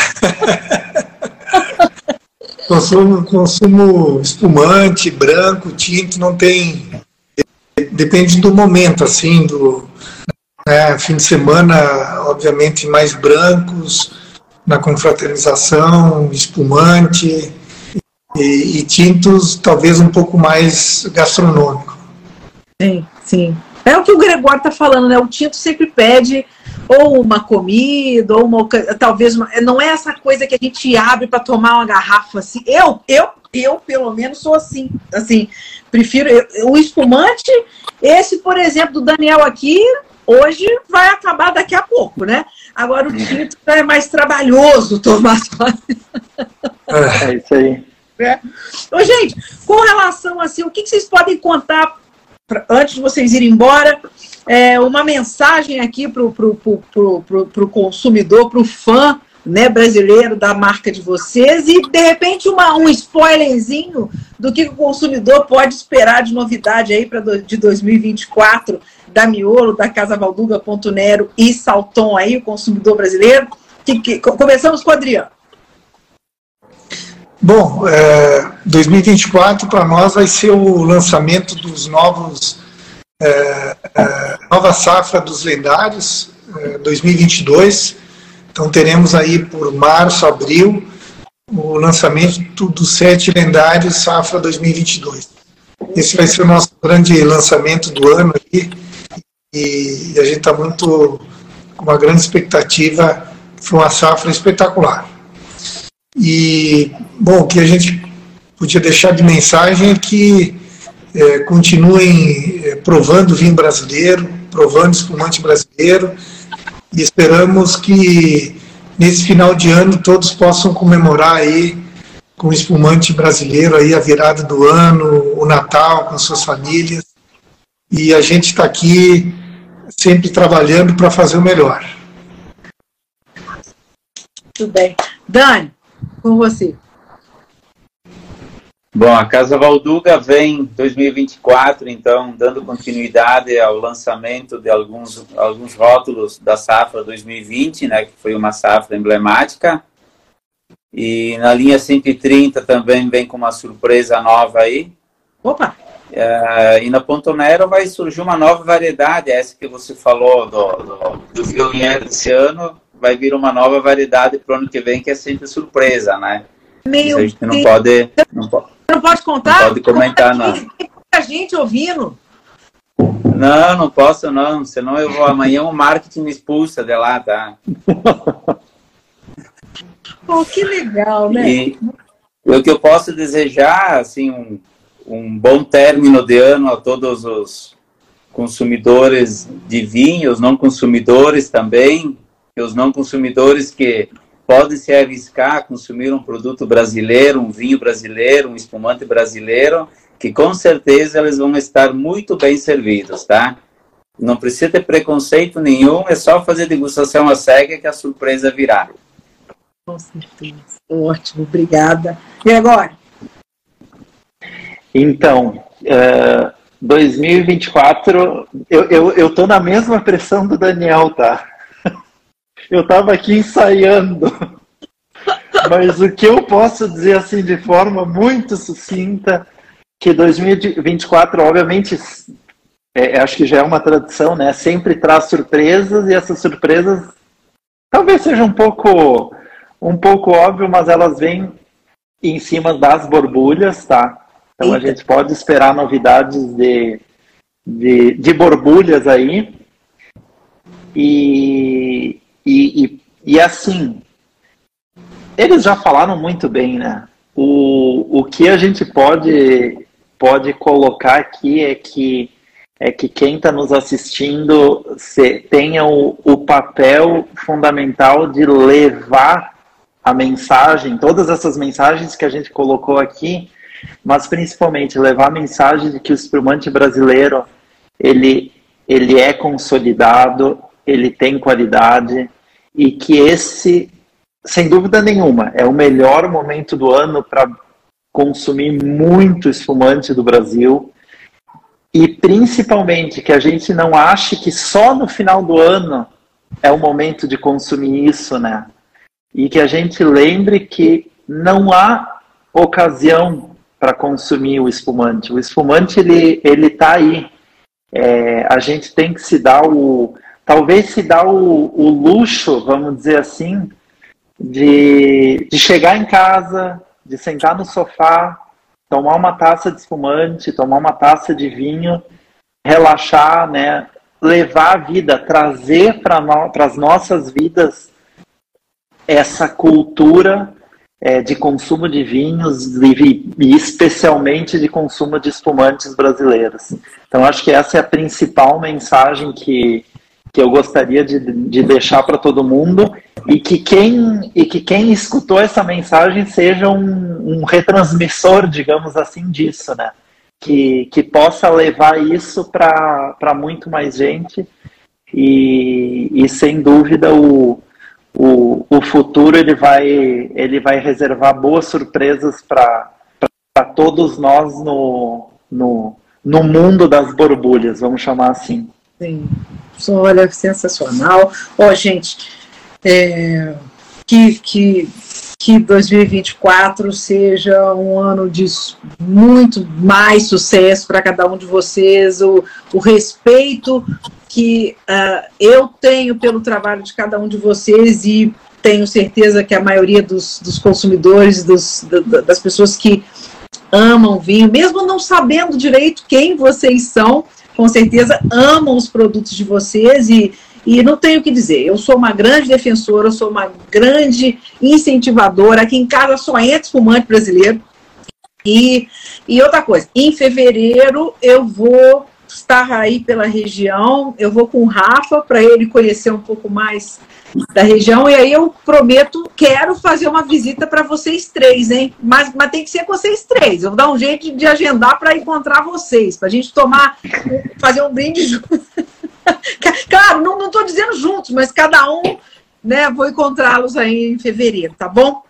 consumo, consumo espumante, branco, tinto, não tem... Depende do momento, assim, do... É, fim de semana, obviamente, mais brancos, na confraternização, espumante, e, e tintos talvez um pouco mais gastronômico. Sim, sim. É o que o Gregório está falando, né? O tinto sempre pede ou uma comida, ou uma, talvez, uma, não é essa coisa que a gente abre para tomar uma garrafa assim. Eu, eu, eu, pelo menos, sou assim. Assim, prefiro eu, o espumante, esse, por exemplo, do Daniel aqui... hoje vai acabar daqui a pouco, né? Agora o tinto é mais trabalhoso tomar sozinho. É isso aí. É. Ô, gente, com relação assim, o que vocês podem contar, pra, antes de vocês irem embora, é, uma mensagem aqui para o pro, pro, pro, pro, pro consumidor, para o fã, né, brasileiro da marca de vocês e, de repente, uma, um spoilerzinho do que o consumidor pode esperar de novidade aí para do, de dois mil e vinte e quatro da Miolo, da Casa Valduga, Ponto Nero e Salton aí, o consumidor brasileiro. Que, que, começamos com o Adriano. Bom, é, dois mil e vinte e quatro para nós vai ser o lançamento dos novos, é, é, nova safra dos lendários, é, dois mil e vinte e dois. Então teremos aí por março, abril, o lançamento dos sete lendários safra dois mil e vinte e dois. Esse vai ser o nosso grande lançamento do ano aqui e a gente está muito com uma grande expectativa, foi uma safra espetacular. E, bom, o que a gente podia deixar de mensagem é que é, continuem é, provando vinho brasileiro, provando espumante brasileiro, e esperamos que nesse final de ano todos possam comemorar aí com o espumante brasileiro aí a virada do ano, o Natal com suas famílias, e a gente está aqui sempre trabalhando para fazer o melhor. Tudo bem. Dani, com você. Bom, a Casa Valduga vem dois mil e vinte e quatro, então, dando continuidade ao lançamento de alguns, alguns rótulos da safra dois mil e vinte, né, que foi uma safra emblemática. E na linha cento e trinta também vem com uma surpresa nova aí. Opa! É, e na Ponto Nero vai surgir uma nova variedade, essa que você falou do, do, do Viognier desse ano, vai vir uma nova variedade para o ano que vem, que é sempre surpresa, né? Meu a gente não pode, não pode... Não pode contar? Não pode comentar, não. Tem muita gente ouvindo. Não, não posso, não. Senão eu vou amanhã o marketing me expulsa de lá, tá? Pô, que legal, né? E o que eu posso desejar, assim, um, um bom término de ano a todos os consumidores de vinho, os não consumidores também, e os não consumidores que podem se arriscar a consumir um produto brasileiro, um vinho brasileiro, um espumante brasileiro, que com certeza eles vão estar muito bem servidos, tá? Não precisa ter preconceito nenhum, é só fazer degustação à cega que a surpresa virá. Com certeza. Ótimo, obrigada. E agora? Então, uh, dois mil e vinte e quatro, eu, eu, eu tô na mesma pressão do Daniel, tá? Eu estava aqui ensaiando, mas o que eu posso dizer assim de forma muito sucinta, que dois mil e vinte e quatro, obviamente, é, acho que já é uma tradição, né? Sempre traz surpresas e essas surpresas talvez seja um pouco, um pouco óbvio, mas elas vêm em cima das borbulhas, tá? Então Eita. A gente pode esperar novidades de, de, de borbulhas aí. E... E, e, e assim, eles já falaram muito bem, né? O, o que a gente pode, pode colocar aqui é que, é que quem está nos assistindo se, tenha o, o papel fundamental de levar a mensagem, todas essas mensagens que a gente colocou aqui, mas principalmente levar a mensagem de que o espumante brasileiro, ele, ele é consolidado, ele tem qualidade e que esse, sem dúvida nenhuma, é o melhor momento do ano para consumir muito espumante do Brasil e principalmente que a gente não ache que só no final do ano é o momento de consumir isso, né? E que a gente lembre que não há ocasião para consumir o espumante. O espumante, ele ele tá aí. É, a gente tem que se dar o... Talvez se dar o, o luxo, vamos dizer assim, de, de chegar em casa, de sentar no sofá, tomar uma taça de espumante, tomar uma taça de vinho, relaxar, né? Levar a vida, trazer para no, as nossas vidas essa cultura é, de consumo de vinhos e, e especialmente de consumo de espumantes brasileiros. Então, acho que essa é a principal mensagem que, que eu gostaria de, de deixar para todo mundo, e que, quem, e que quem escutou essa mensagem seja um, um retransmissor, digamos assim, disso, né? Que, que possa levar isso para muito mais gente, e, e sem dúvida o, o, o futuro ele vai, ele vai reservar boas surpresas para todos nós no, no, no mundo das borbulhas, vamos chamar assim. Sim, olha, sensacional. Ó, oh, gente, é, que, que, que dois mil e vinte e quatro seja um ano de muito mais sucesso para cada um de vocês, o, o respeito que uh, eu tenho pelo trabalho de cada um de vocês, e tenho certeza que a maioria dos, dos consumidores, dos, da, das pessoas que amam vinho, mesmo não sabendo direito quem vocês são, com certeza amam os produtos de vocês, e, e não tenho o que dizer. Eu sou uma grande defensora, eu sou uma grande incentivadora. Aqui em casa só entra espumante brasileiro. E, e outra coisa, em fevereiro eu vou estar aí pela região, eu vou com o Rafa para ele conhecer um pouco mais da região, e aí eu prometo, quero fazer uma visita para vocês três, hein? Mas, mas tem que ser com vocês três. Eu vou dar um jeito de agendar para encontrar vocês, para a gente tomar, fazer um brinde junto. Claro, não estou dizendo juntos, mas cada um, né? Vou encontrá-los aí em fevereiro, tá bom?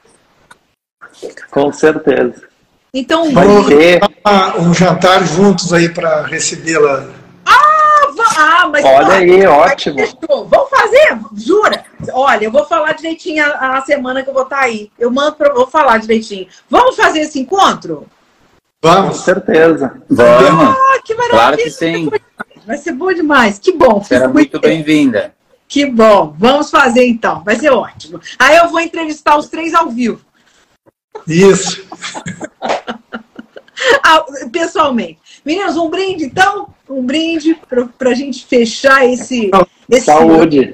Com certeza. Então, vamos ter um jantar juntos aí para recebê-la. Ah, mas olha olha, aí, ótimo. Vamos fazer? Jura? Olha, eu vou falar direitinho a, a semana que eu vou estar aí. Eu mando para vou falar direitinho. Vamos fazer esse encontro? Vamos. Com certeza. Vamos. Ah, que maravilha. Claro que sim. Vai ser bom demais. Que bom. Será muito bem-vinda. Que bom. Vamos fazer então. Vai ser ótimo. Aí eu vou entrevistar os três ao vivo. Isso. Pessoalmente. Meninos, um brinde então? Um brinde para a gente fechar esse, esse... Saúde.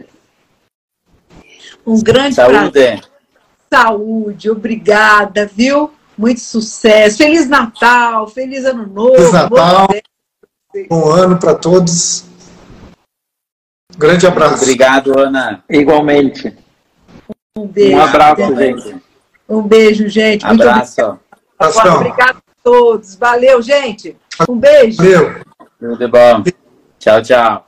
Um grande Saúde. prazer. Saúde, obrigada, viu? Muito sucesso. Feliz Natal, feliz Ano Novo. Feliz Natal. Bom ano para todos. Um grande abraço. Obrigado, Ana. Igualmente. Um beijo. Um abraço, gente. Um beijo, gente. Muito abraço. Obrigado. Obrigado a todos. Valeu, gente. Um beijo. Valeu. Tudo bom. Tchau, tchau.